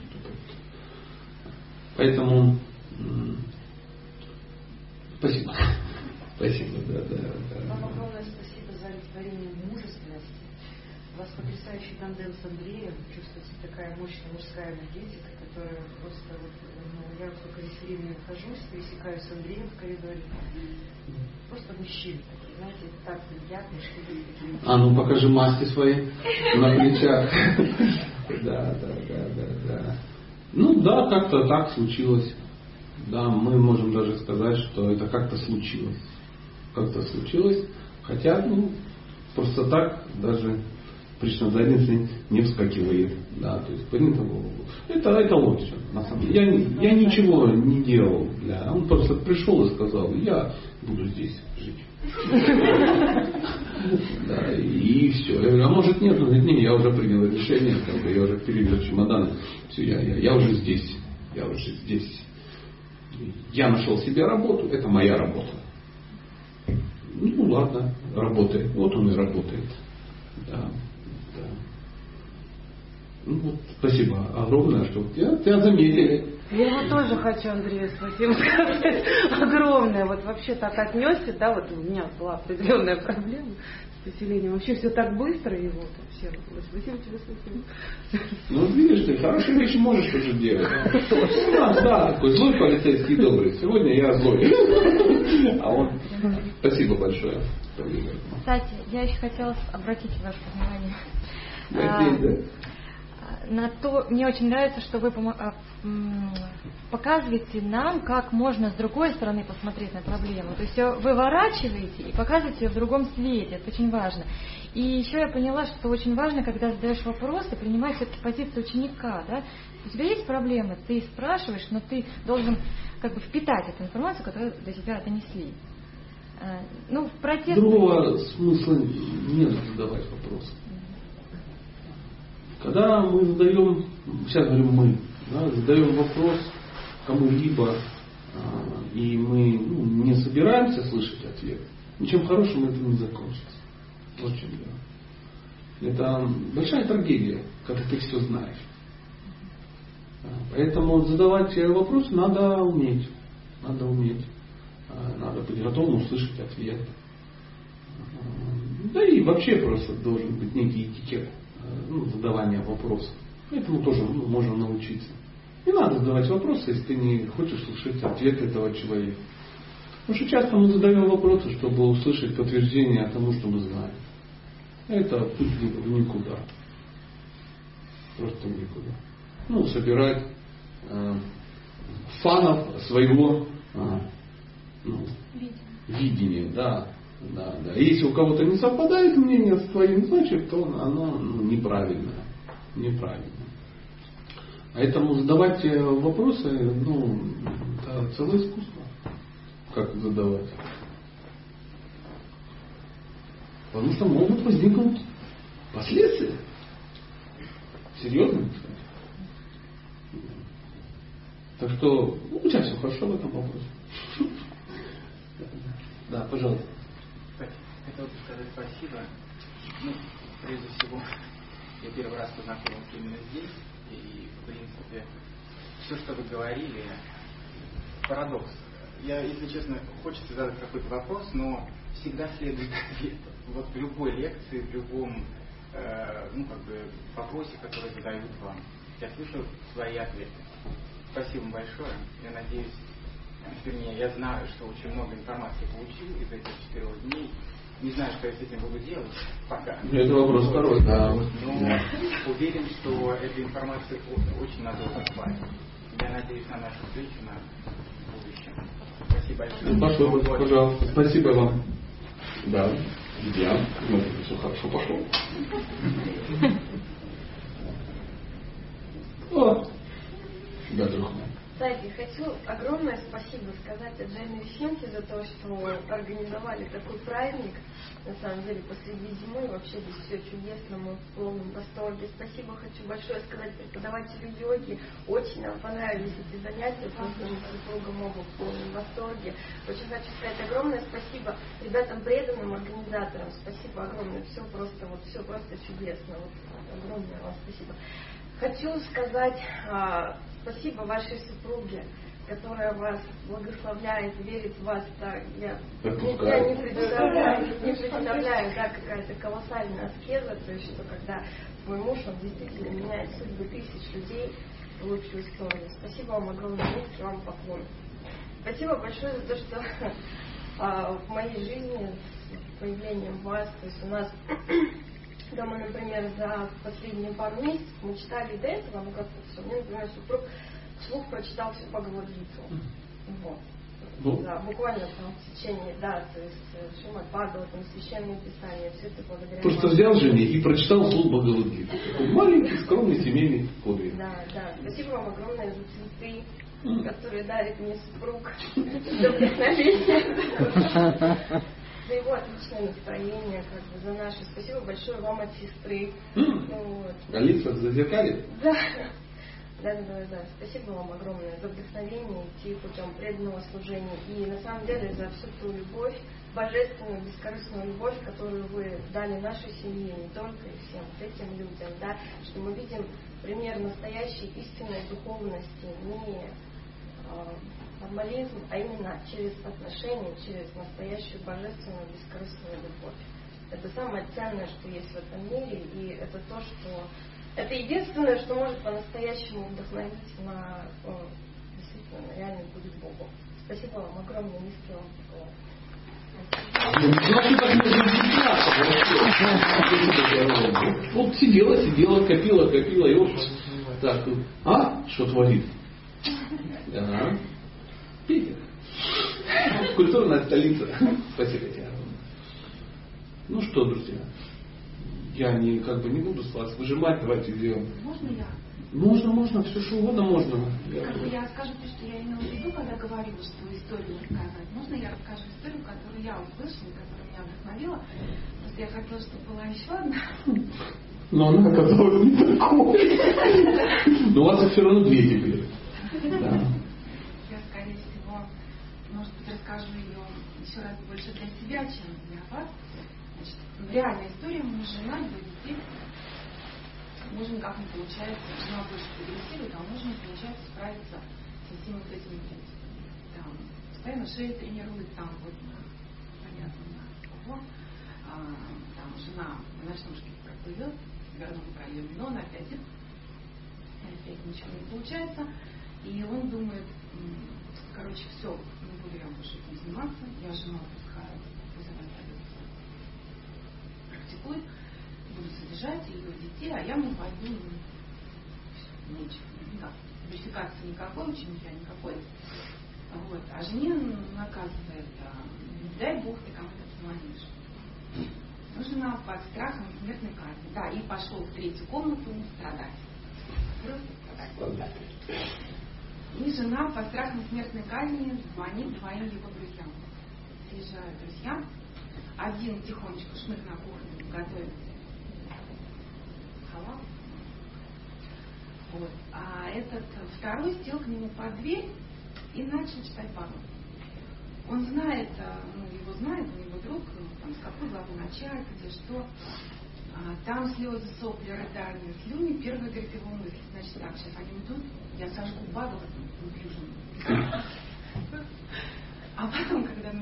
поэтому м- спасибо. Спасибо, да, да, да. Вам огромное спасибо за олицетворение мужественности. У вас потрясающий тандем с Андреем. Чувствуется такая мощная мужская энергетика, которая просто вот, ну, я сколько здесь времени нахожусь, пересекаюсь с Андреем в коридоре. Просто мужчины такие, знаете, так приятно, что вы такие. А ну покажи масти свои на плечах. Да, да, да, да, да. Ну да, как-то так случилось. Да, мы можем даже сказать, что это как-то случилось. Как-то случилось. Хотя, ну, просто так даже причина задницы не вскакивает. Да, то есть принято было. Это, это вот все, на самом деле. Я, я ничего не делал. Для... Он просто пришел и сказал, я буду здесь жить. Да, и все. Я говорю, а может нет? Он говорит, не, я уже принял решение, как бы, я уже перевез чемоданы. Все, я, я, я уже здесь. Я уже здесь. Я нашел себе работу, это моя работа. Ну ладно, работает. Вот он и работает. Да, да. Ну, вот, спасибо огромное, что тебя, тебя заметили. Я тоже хочу, Андрею, спасибо сказать огромное. Вот вообще так отнесся, да, вот у меня была определенная проблема с поселением. Вообще все так быстро, и вот вообще. Спасибо тебе, спасибо. Ну, видишь, ты хорошие вещи можешь уже делать. У нас, да, такой злой полицейский добрый. Сегодня я злой. А он... Спасибо большое. Кстати, я еще хотела обратить ваше внимание на то, мне очень нравится, что вы показываете нам, как можно с другой стороны посмотреть на проблему. То есть все выворачиваете и показываете ее в другом свете. Это очень важно. И еще я поняла, что очень важно, когда задаешь вопросы, принимать все-таки позицию ученика. Да? У тебя есть проблемы, ты спрашиваешь, но ты должен как бы впитать эту информацию, которую до тебя донесли. Ну, в протест... Другого смысла нет задавать вопросы. Когда мы задаем, сейчас говорим мы, да, задаем вопрос кому-либо, и мы, ну, не собираемся слышать ответ, ничем хорошим это не закончится. Вот в чем дело. Это большая трагедия, когда ты все знаешь. Поэтому задавать вопросы надо уметь. Надо уметь. Надо быть готовым услышать ответ. Да и вообще просто должен быть некий этикет, ну, задавания вопросов. Этому тоже, ну, можно научиться. Не надо задавать вопросы, если ты не хочешь слушать ответ этого человека. Потому что часто мы задаем вопросы, чтобы услышать подтверждение тому, что мы знаем. Это путь в никуда. Просто в никуда. Ну, собирать э, фанов своего э, ну, видения. Да, да, да. Если у кого-то не совпадает мнение с твоим, значит, то оно, ну, неправильное. Неправильно. Поэтому задавать вопросы, ну, это целое искусство. Как задавать. Потому что могут возникнуть последствия. Серьезные, кстати. Так что, ну, у тебя все хорошо в этом вопросе. Да, пожалуйста. Хотел бы сказать спасибо. Ну, прежде всего, я первый раз познакомился именно здесь. И, в принципе, все, что вы говорили, парадокс. я, если честно, хочется задать какой-то вопрос, но всегда следует ответ. Вот в любой лекции, в любом э, ну, как бы, вопросе, который задают вам. Я слышу свои ответы. Спасибо большое. Я надеюсь, вернее, я знаю, что очень много информации получил из этих четырех дней. Не знаю, что я с этим буду делать пока. Это вопрос второй, да. Но уверен, что эта информация очень надолго хватит. Я надеюсь на нашу встречу на будущем. Спасибо большое. Большое, пожалуйста. Спасибо вам. Да, я. Ну, все хорошо пошло. О, да, друг мой. Кстати, хочу огромное спасибо сказать Джейне Вещенке за то, что организовали такой праздник. На самом деле, посреди зимы вообще здесь все чудесно, мы в полном восторге. Спасибо хочу большое сказать преподавателю йоги. Очень нам понравились эти занятия, просто мы с супругом оба в полном восторге. Очень хочу сказать огромное спасибо ребятам преданным, организаторам. Спасибо огромное, все просто, вот все просто чудесно. Вот, огромное вам спасибо. Хочу сказать а, спасибо вашей супруге, которая вас благословляет, верит в вас. Так, я, я не представляю, не представляю, да, какая-то колоссальная аскеза, то есть, что когда твой муж, он действительно меняет судьбы тысяч людей в лучшую сторону. Спасибо вам огромное, низкий вам поклон. Спасибо большое за то, что а, в моей жизни с появлением вас, то есть у нас когда мы, например, за последние пару месяцев мы читали до этого, ну как-то все, мне, например, супруг вслух прочитал всю Бхагавад-гиту. Вот. Ну? Да, буквально там в течение, да, то есть Шримад Бхагаватам, священные писания, все это благодаря. Просто взял жене и прочитал вслух Бхагавад-гиту. Такой маленький, скромный семейный подвиг. Да, да. Спасибо вам огромное за цветы, mm. которые дарит мне супруг. За вдохновение. За его отличное настроение, как бы, за наше. Спасибо большое вам от сестры. Mm. Вот. А лица зазеркали? Да. Да, да, да, да. Спасибо вам огромное за вдохновение, идти путем преданного служения. И на самом деле за всю ту любовь, божественную, бескорыстную любовь, которую вы дали нашей семье, не только и всем этим людям, да, что мы видим пример настоящей истинной духовности, не формализм, а именно через отношения, через настоящую божественную, бескорыстную любовь. Это самое ценное, что есть в этом мире, и это то, что... Это единственное, что может по-настоящему вдохновить на о, действительно на реальный путь к Богу. Спасибо вам огромное, низкий вам поклон. Вот сидела, сидела, копила, копила, и вот так, а? Что творит? Ага. Питер. Культурная столица. Спасибо тебе. Ну что, друзья, я не, как бы не буду с вас выжимать, давайте сделаем. Можно я? Можно, можно, все что угодно можно. Как бы я скажу то, что я имела в виду, когда говорила, что историю рассказать. Можно я расскажу историю, которую я услышала, которая меня вдохновила? Просто я хотела, чтобы была еще одна. Но она оказалась не такой. Но у вас все равно две теперь. Да. Я, скорее всего, может быть, расскажу ее еще раз больше для себя, чем для вас. Значит, реальная история, муж, жена, двое детей. Муж никак не получается, жена больше прогрессирует, а муж не получается справиться со всеми вот этими принципами. Там, постоянно шею тренирует, там вот, понятно, на кого. А, там жена на ночном шкафе проплывет, вернул проем, но он опять, опять ничего не получается. И он думает, короче, все, не буду я больше этим заниматься, я жену отпускаю, пусть она практикует, буду содержать ее детей, а я ему пойду, ну, все, нечего, никак. Верификации никакой, ученика никакой. Вот. А жене наказывает, не дай Бог, ты кому-то позвонишь. Ну, жена под страхом смертной казни. Да, и пошел в третью комнату страдать. Просто страдать. И жена по страхам смертной казни звонит двоим его друзьям. Приезжают друзья. Один тихонечко шмык на кухне готовит халат. Вот. А этот второй сел к нему под дверь и начал читать Бхагават. Он знает, ну, его знает, он его друг, там, с какой главы начать, где что. А, там слезы, сопли, рыдания, слюни. Первый говорит его мысли. Значит, так, сейчас они идут, я сожгу Бхагават, убью жену.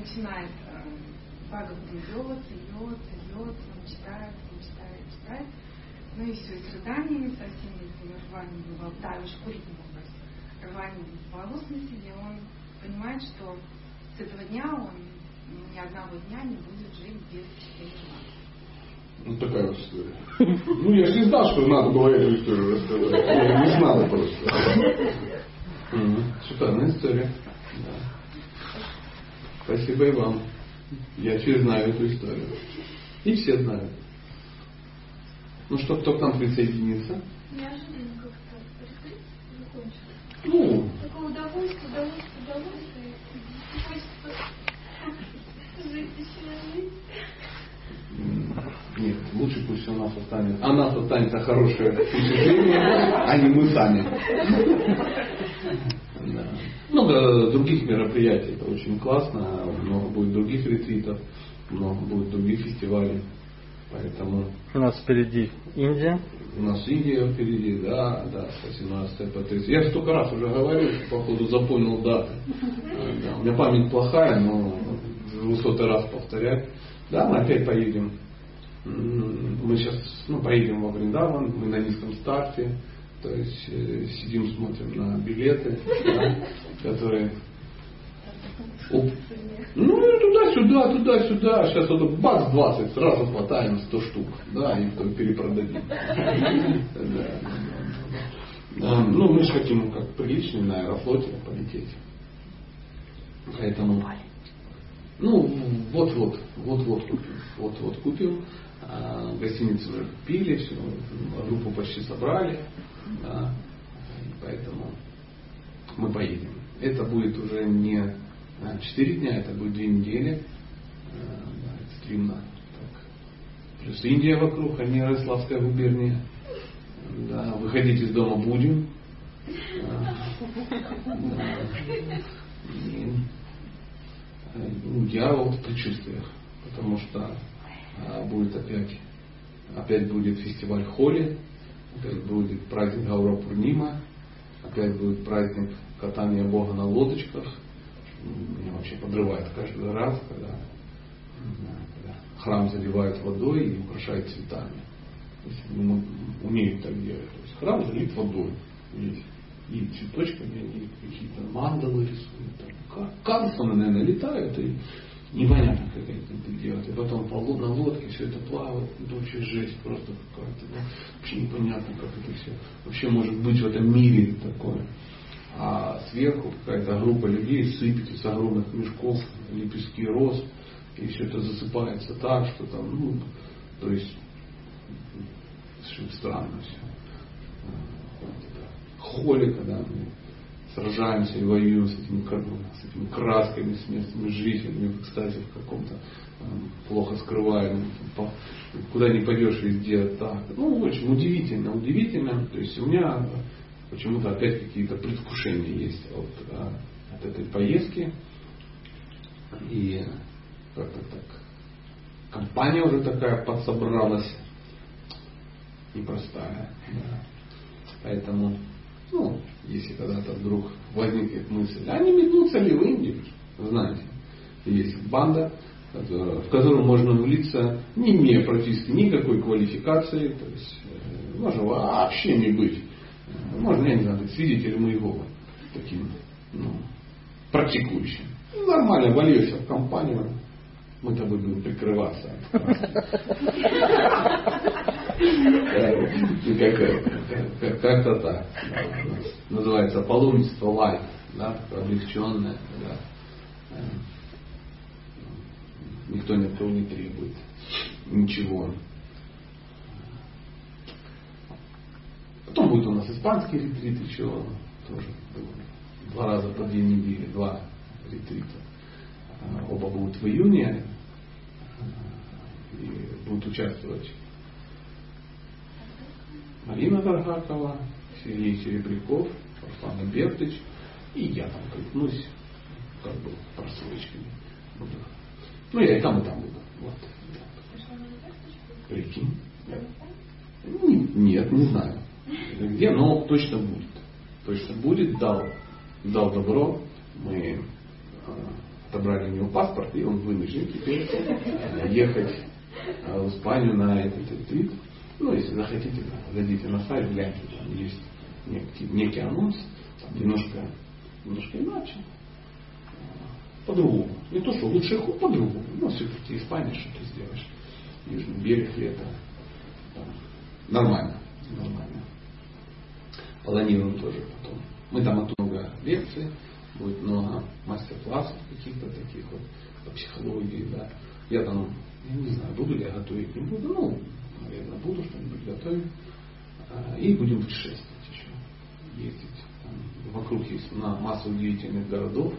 начинает Бхагаватам льется, льется, льется, он читает, он читает, читает. Ну и все, и с рыданиями, со всеми этими рваниями волос, да, уж курить не мог, рваниями волос на себе, он понимает, что с этого дня он ни одного дня не будет жить без чтения. Ну, такая вот история. Ну, я же не знал, что надо было эту историю рассказать. Я не знал просто. Шикарная история. Спасибо и вам. Я теперь знаю эту историю. И все знают. Ну что, кто к нам присоединится? Неожиданно как-то ретрит закончился. Ну. Такое удовольствие, удовольствие, удовольствие. Хочется жить еще жить. Нет, лучше пусть у нас останется. А нас останется хорошее впечатление, а не мы сами. Да. Много других мероприятий. Это очень классно. Много будет других ретритов, много будет других фестивалей. Поэтому у нас впереди Индия. У нас Индия впереди, да, да, с восемнадцатого по тридцать. Я столько раз уже говорил, что походу запомнил даты. Да, у меня память плохая, но в сотый раз повторять. Да, мы опять поедем. Мы сейчас ну, поедем во Вриндаван, мы на низком старте. То есть э, сидим, смотрим на билеты, да, которые... Оп. Ну, туда-сюда, туда-сюда. Сейчас вот бац, двадцать, сразу хватаем сто штук. Да, и потом перепродадим. Ну, мы же хотим как приличный на Аэрофлоте полететь. Поэтому... Ну, вот-вот, вот-вот купил. Вот-вот купил. Гостиницу уже купили, все, группу почти собрали. Да, поэтому мы поедем. Это будет уже не четыре дня, это будет две недели. Да, экстремно. Так. Плюс Индия вокруг, а не Ярославская губерния. Да, выходить из дома будем. Да. Да. И, ну, я вот в предчувствиях, потому что а, будет опять, опять будет фестиваль Холи. Опять будет праздник Гаура Пурнима, опять будет праздник катания Бога на лодочках. Меня вообще подрывает каждый раз, когда, когда храм заливают водой и украшают цветами. То есть, ну, умеют так делать. То есть храм залит водой. Есть. И цветочками они какие-то мандалы рисуют. Там, канцлеры, наверное, летают и непонятно, как они это делают. И потом на лодке все это плавает. Это вообще жесть просто какая-то. Да? Вообще непонятно, как это все вообще может быть в этом мире такое. А сверху какая-то группа людей сыпет из огромных мешков лепестки роз. И все это засыпается так, что там, ну, то есть, совершенно странно все. Холи, когда мы сражаемся и воюем с этими, с этими красками, с местными жителями, кстати, в каком-то там, плохо скрываемом, по, куда не пойдешь, везде так. Ну, очень удивительно, удивительно. То есть у меня почему-то опять какие-то предвкушения есть от, от этой поездки. И как-то так. Компания уже такая подсобралась. Непростая. Да. Поэтому, ну, если когда-то вдруг возникнет мысль, а не метнуться ли в Индию? Знаете, есть банда, в которую можно влиться, не имея практически никакой квалификации, то есть можно вообще не быть. Можно, я не знаю, быть свидетелем Иеговы, таким, ну, практикующим. Нормально вольешься в компанию, мы тобой будем прикрываться. Как-то так. Называется паломничество лайт, да, облегченное. Да. Никто ни от кого не требует ничего. Потом будет у нас испанский ретрит еще тоже. Два раза по две недели, два ретрита. Оба будут в июне. И будут участвовать Марина Даргакова, Сергей Серебряков, Руслан Бертыч, и я там крикнусь, как бы прослойками буду. Ну, я и там, и там буду. Вот. Прикинь. Нет, не знаю. Где, но точно будет. Точно будет, дал, дал добро. Мы отобрали у него паспорт, и он вынужден теперь ехать в Испанию на этот ретрит. Ну, если захотите, зайдите на сайт, гляньте, там есть некий, некий анонс, там немножко, немножко иначе, по-другому. Не то, что лучше, а по-другому. Но все-таки Испания, что ты сделаешь. Южный берег, лето. Там, нормально. Нормально. Планируем тоже потом. Мы там много лекций, будет много мастер-классов каких-то таких вот по психологии, да. Я там, я не знаю, буду ли я готовить, не буду, ну, наверное, буду что-нибудь готовить. И будем путешествовать еще. Ездить. Там, вокруг есть масса удивительных городов.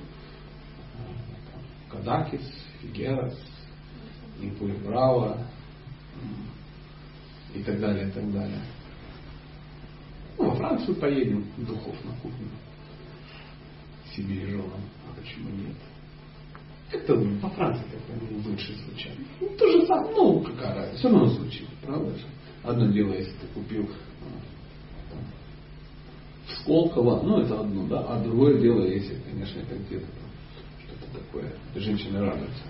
Кадакис, Фигерас, Импуэль-Браво и так далее, и так далее. Ну, во Францию поедем, духов на кухню. Себе женам. А почему нет? Это по Франции как-то лучше звучат. Ну, то же самое, ну, какая разница, все равно звучит, правда же? Одно дело, если ты купил там, в Сколково, ну, это одно, да, а другое дело, если, конечно, это где-то там что-то такое. Женщины радуются.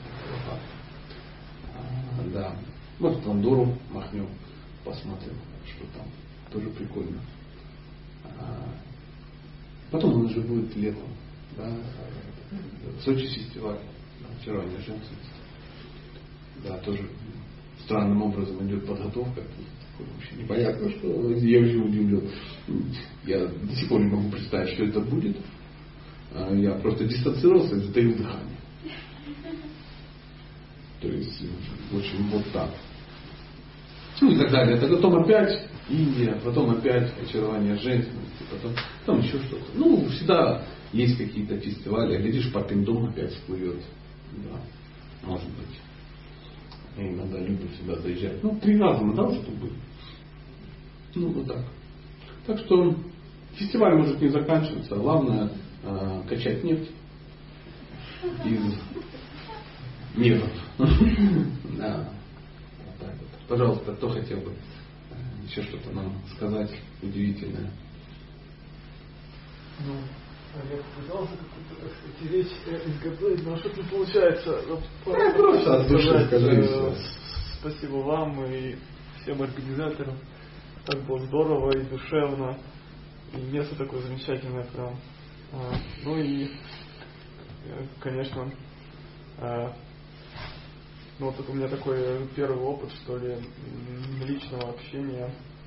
А, да. Вот в Андору махнем, посмотрим, что там. Тоже прикольно. А, потом он уже будет летом. Да, в Сочи фестиваль очарование женственности. Да, тоже странным образом идет подготовка. Вообще непонятно, что я вообще удивлен. Я до сих пор не могу представить, что это будет. Я просто дистанцировался и затаил дыхание. То есть, в общем, вот так. Ну и так далее. Это потом опять Индия, потом опять очарование женственности, потом, потом еще что-то. Ну, всегда есть какие-то фестивали, глядишь, папин дом опять всплывет. Да, может быть. Я иногда люблю сюда заезжать. Ну, три раза мы, да, уже тут были. Ну, вот так. Так что фестиваль может не заканчиваться. Главное э, качать нефть из мира. Да. Вот так вот. Пожалуйста, кто хотел бы еще что-то нам сказать удивительное? Ну, Олег пытался какую-то, так сказать, речь изготовить, но что-то не получается. Ну, просто от души скажи. Спасибо вам и всем организаторам. Так было здорово и душевно. И место такое замечательное прям. Ну и, конечно, ну вот это у меня такой первый опыт, что ли, личного общения.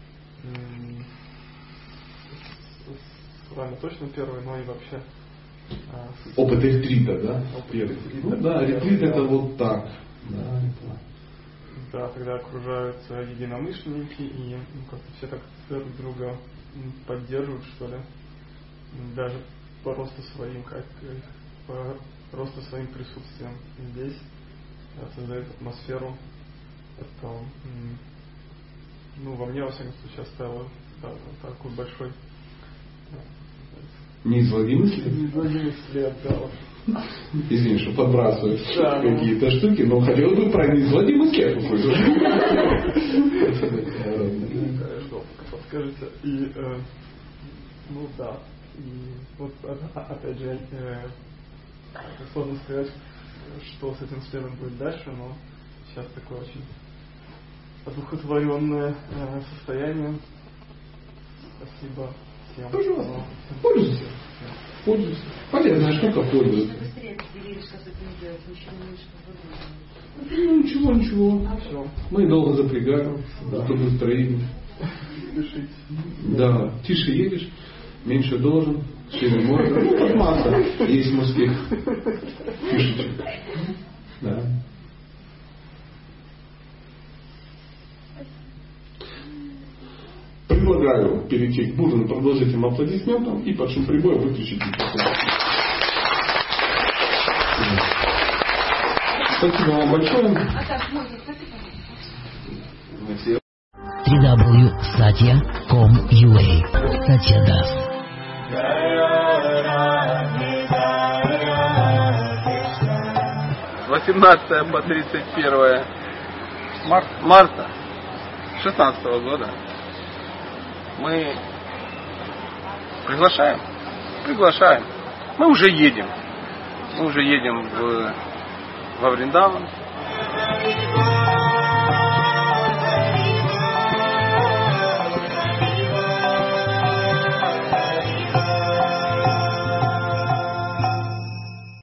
С вами точно первый, но и вообще. Опыт ретрита, да? Опыт первый. ретрита. Ну да, ретрит это вот так. Да, это... да, когда окружаются единомышленники и ну, как-то все так друг друга поддерживают, что ли. Даже просто своим, как просто своим присутствием здесь создает атмосферу. Это, ну, во мне, во всяком случае, оставило да, такой большой неизгладимый след. Неизгладимый след, да. Извини, что подбрасываю да, какие-то ну... штуки, но хотел бы про неизгладимый след услышать. Что подскажете. И, ну да, и вот опять же, сложно сказать, что с этим следом будет дальше, но сейчас такое очень одухотворенное состояние. Спасибо всем. Пожалуйста. Пользуйся. Пользуйся. Полезная штука, пользуйся. Ну ничего, ничего. Все. Мы долго запрягаем, зато быстро едем. Спешите. Да, тише едешь, меньше должен, шире можно. Ну, как масса, есть успех. Фишечек. Да. Предлагаю перейти к бурным продолжительным аплодисментам и под шум прибоя выключить микрофон. Спасибо вам большое. три дабл ю точка сатья точка ком точка ю а. Сатья даст. восемнадцатое по тридцать первое марта шестнадцатого года мы приглашаем, приглашаем. Мы уже едем. Мы уже едем в, во Вриндаван.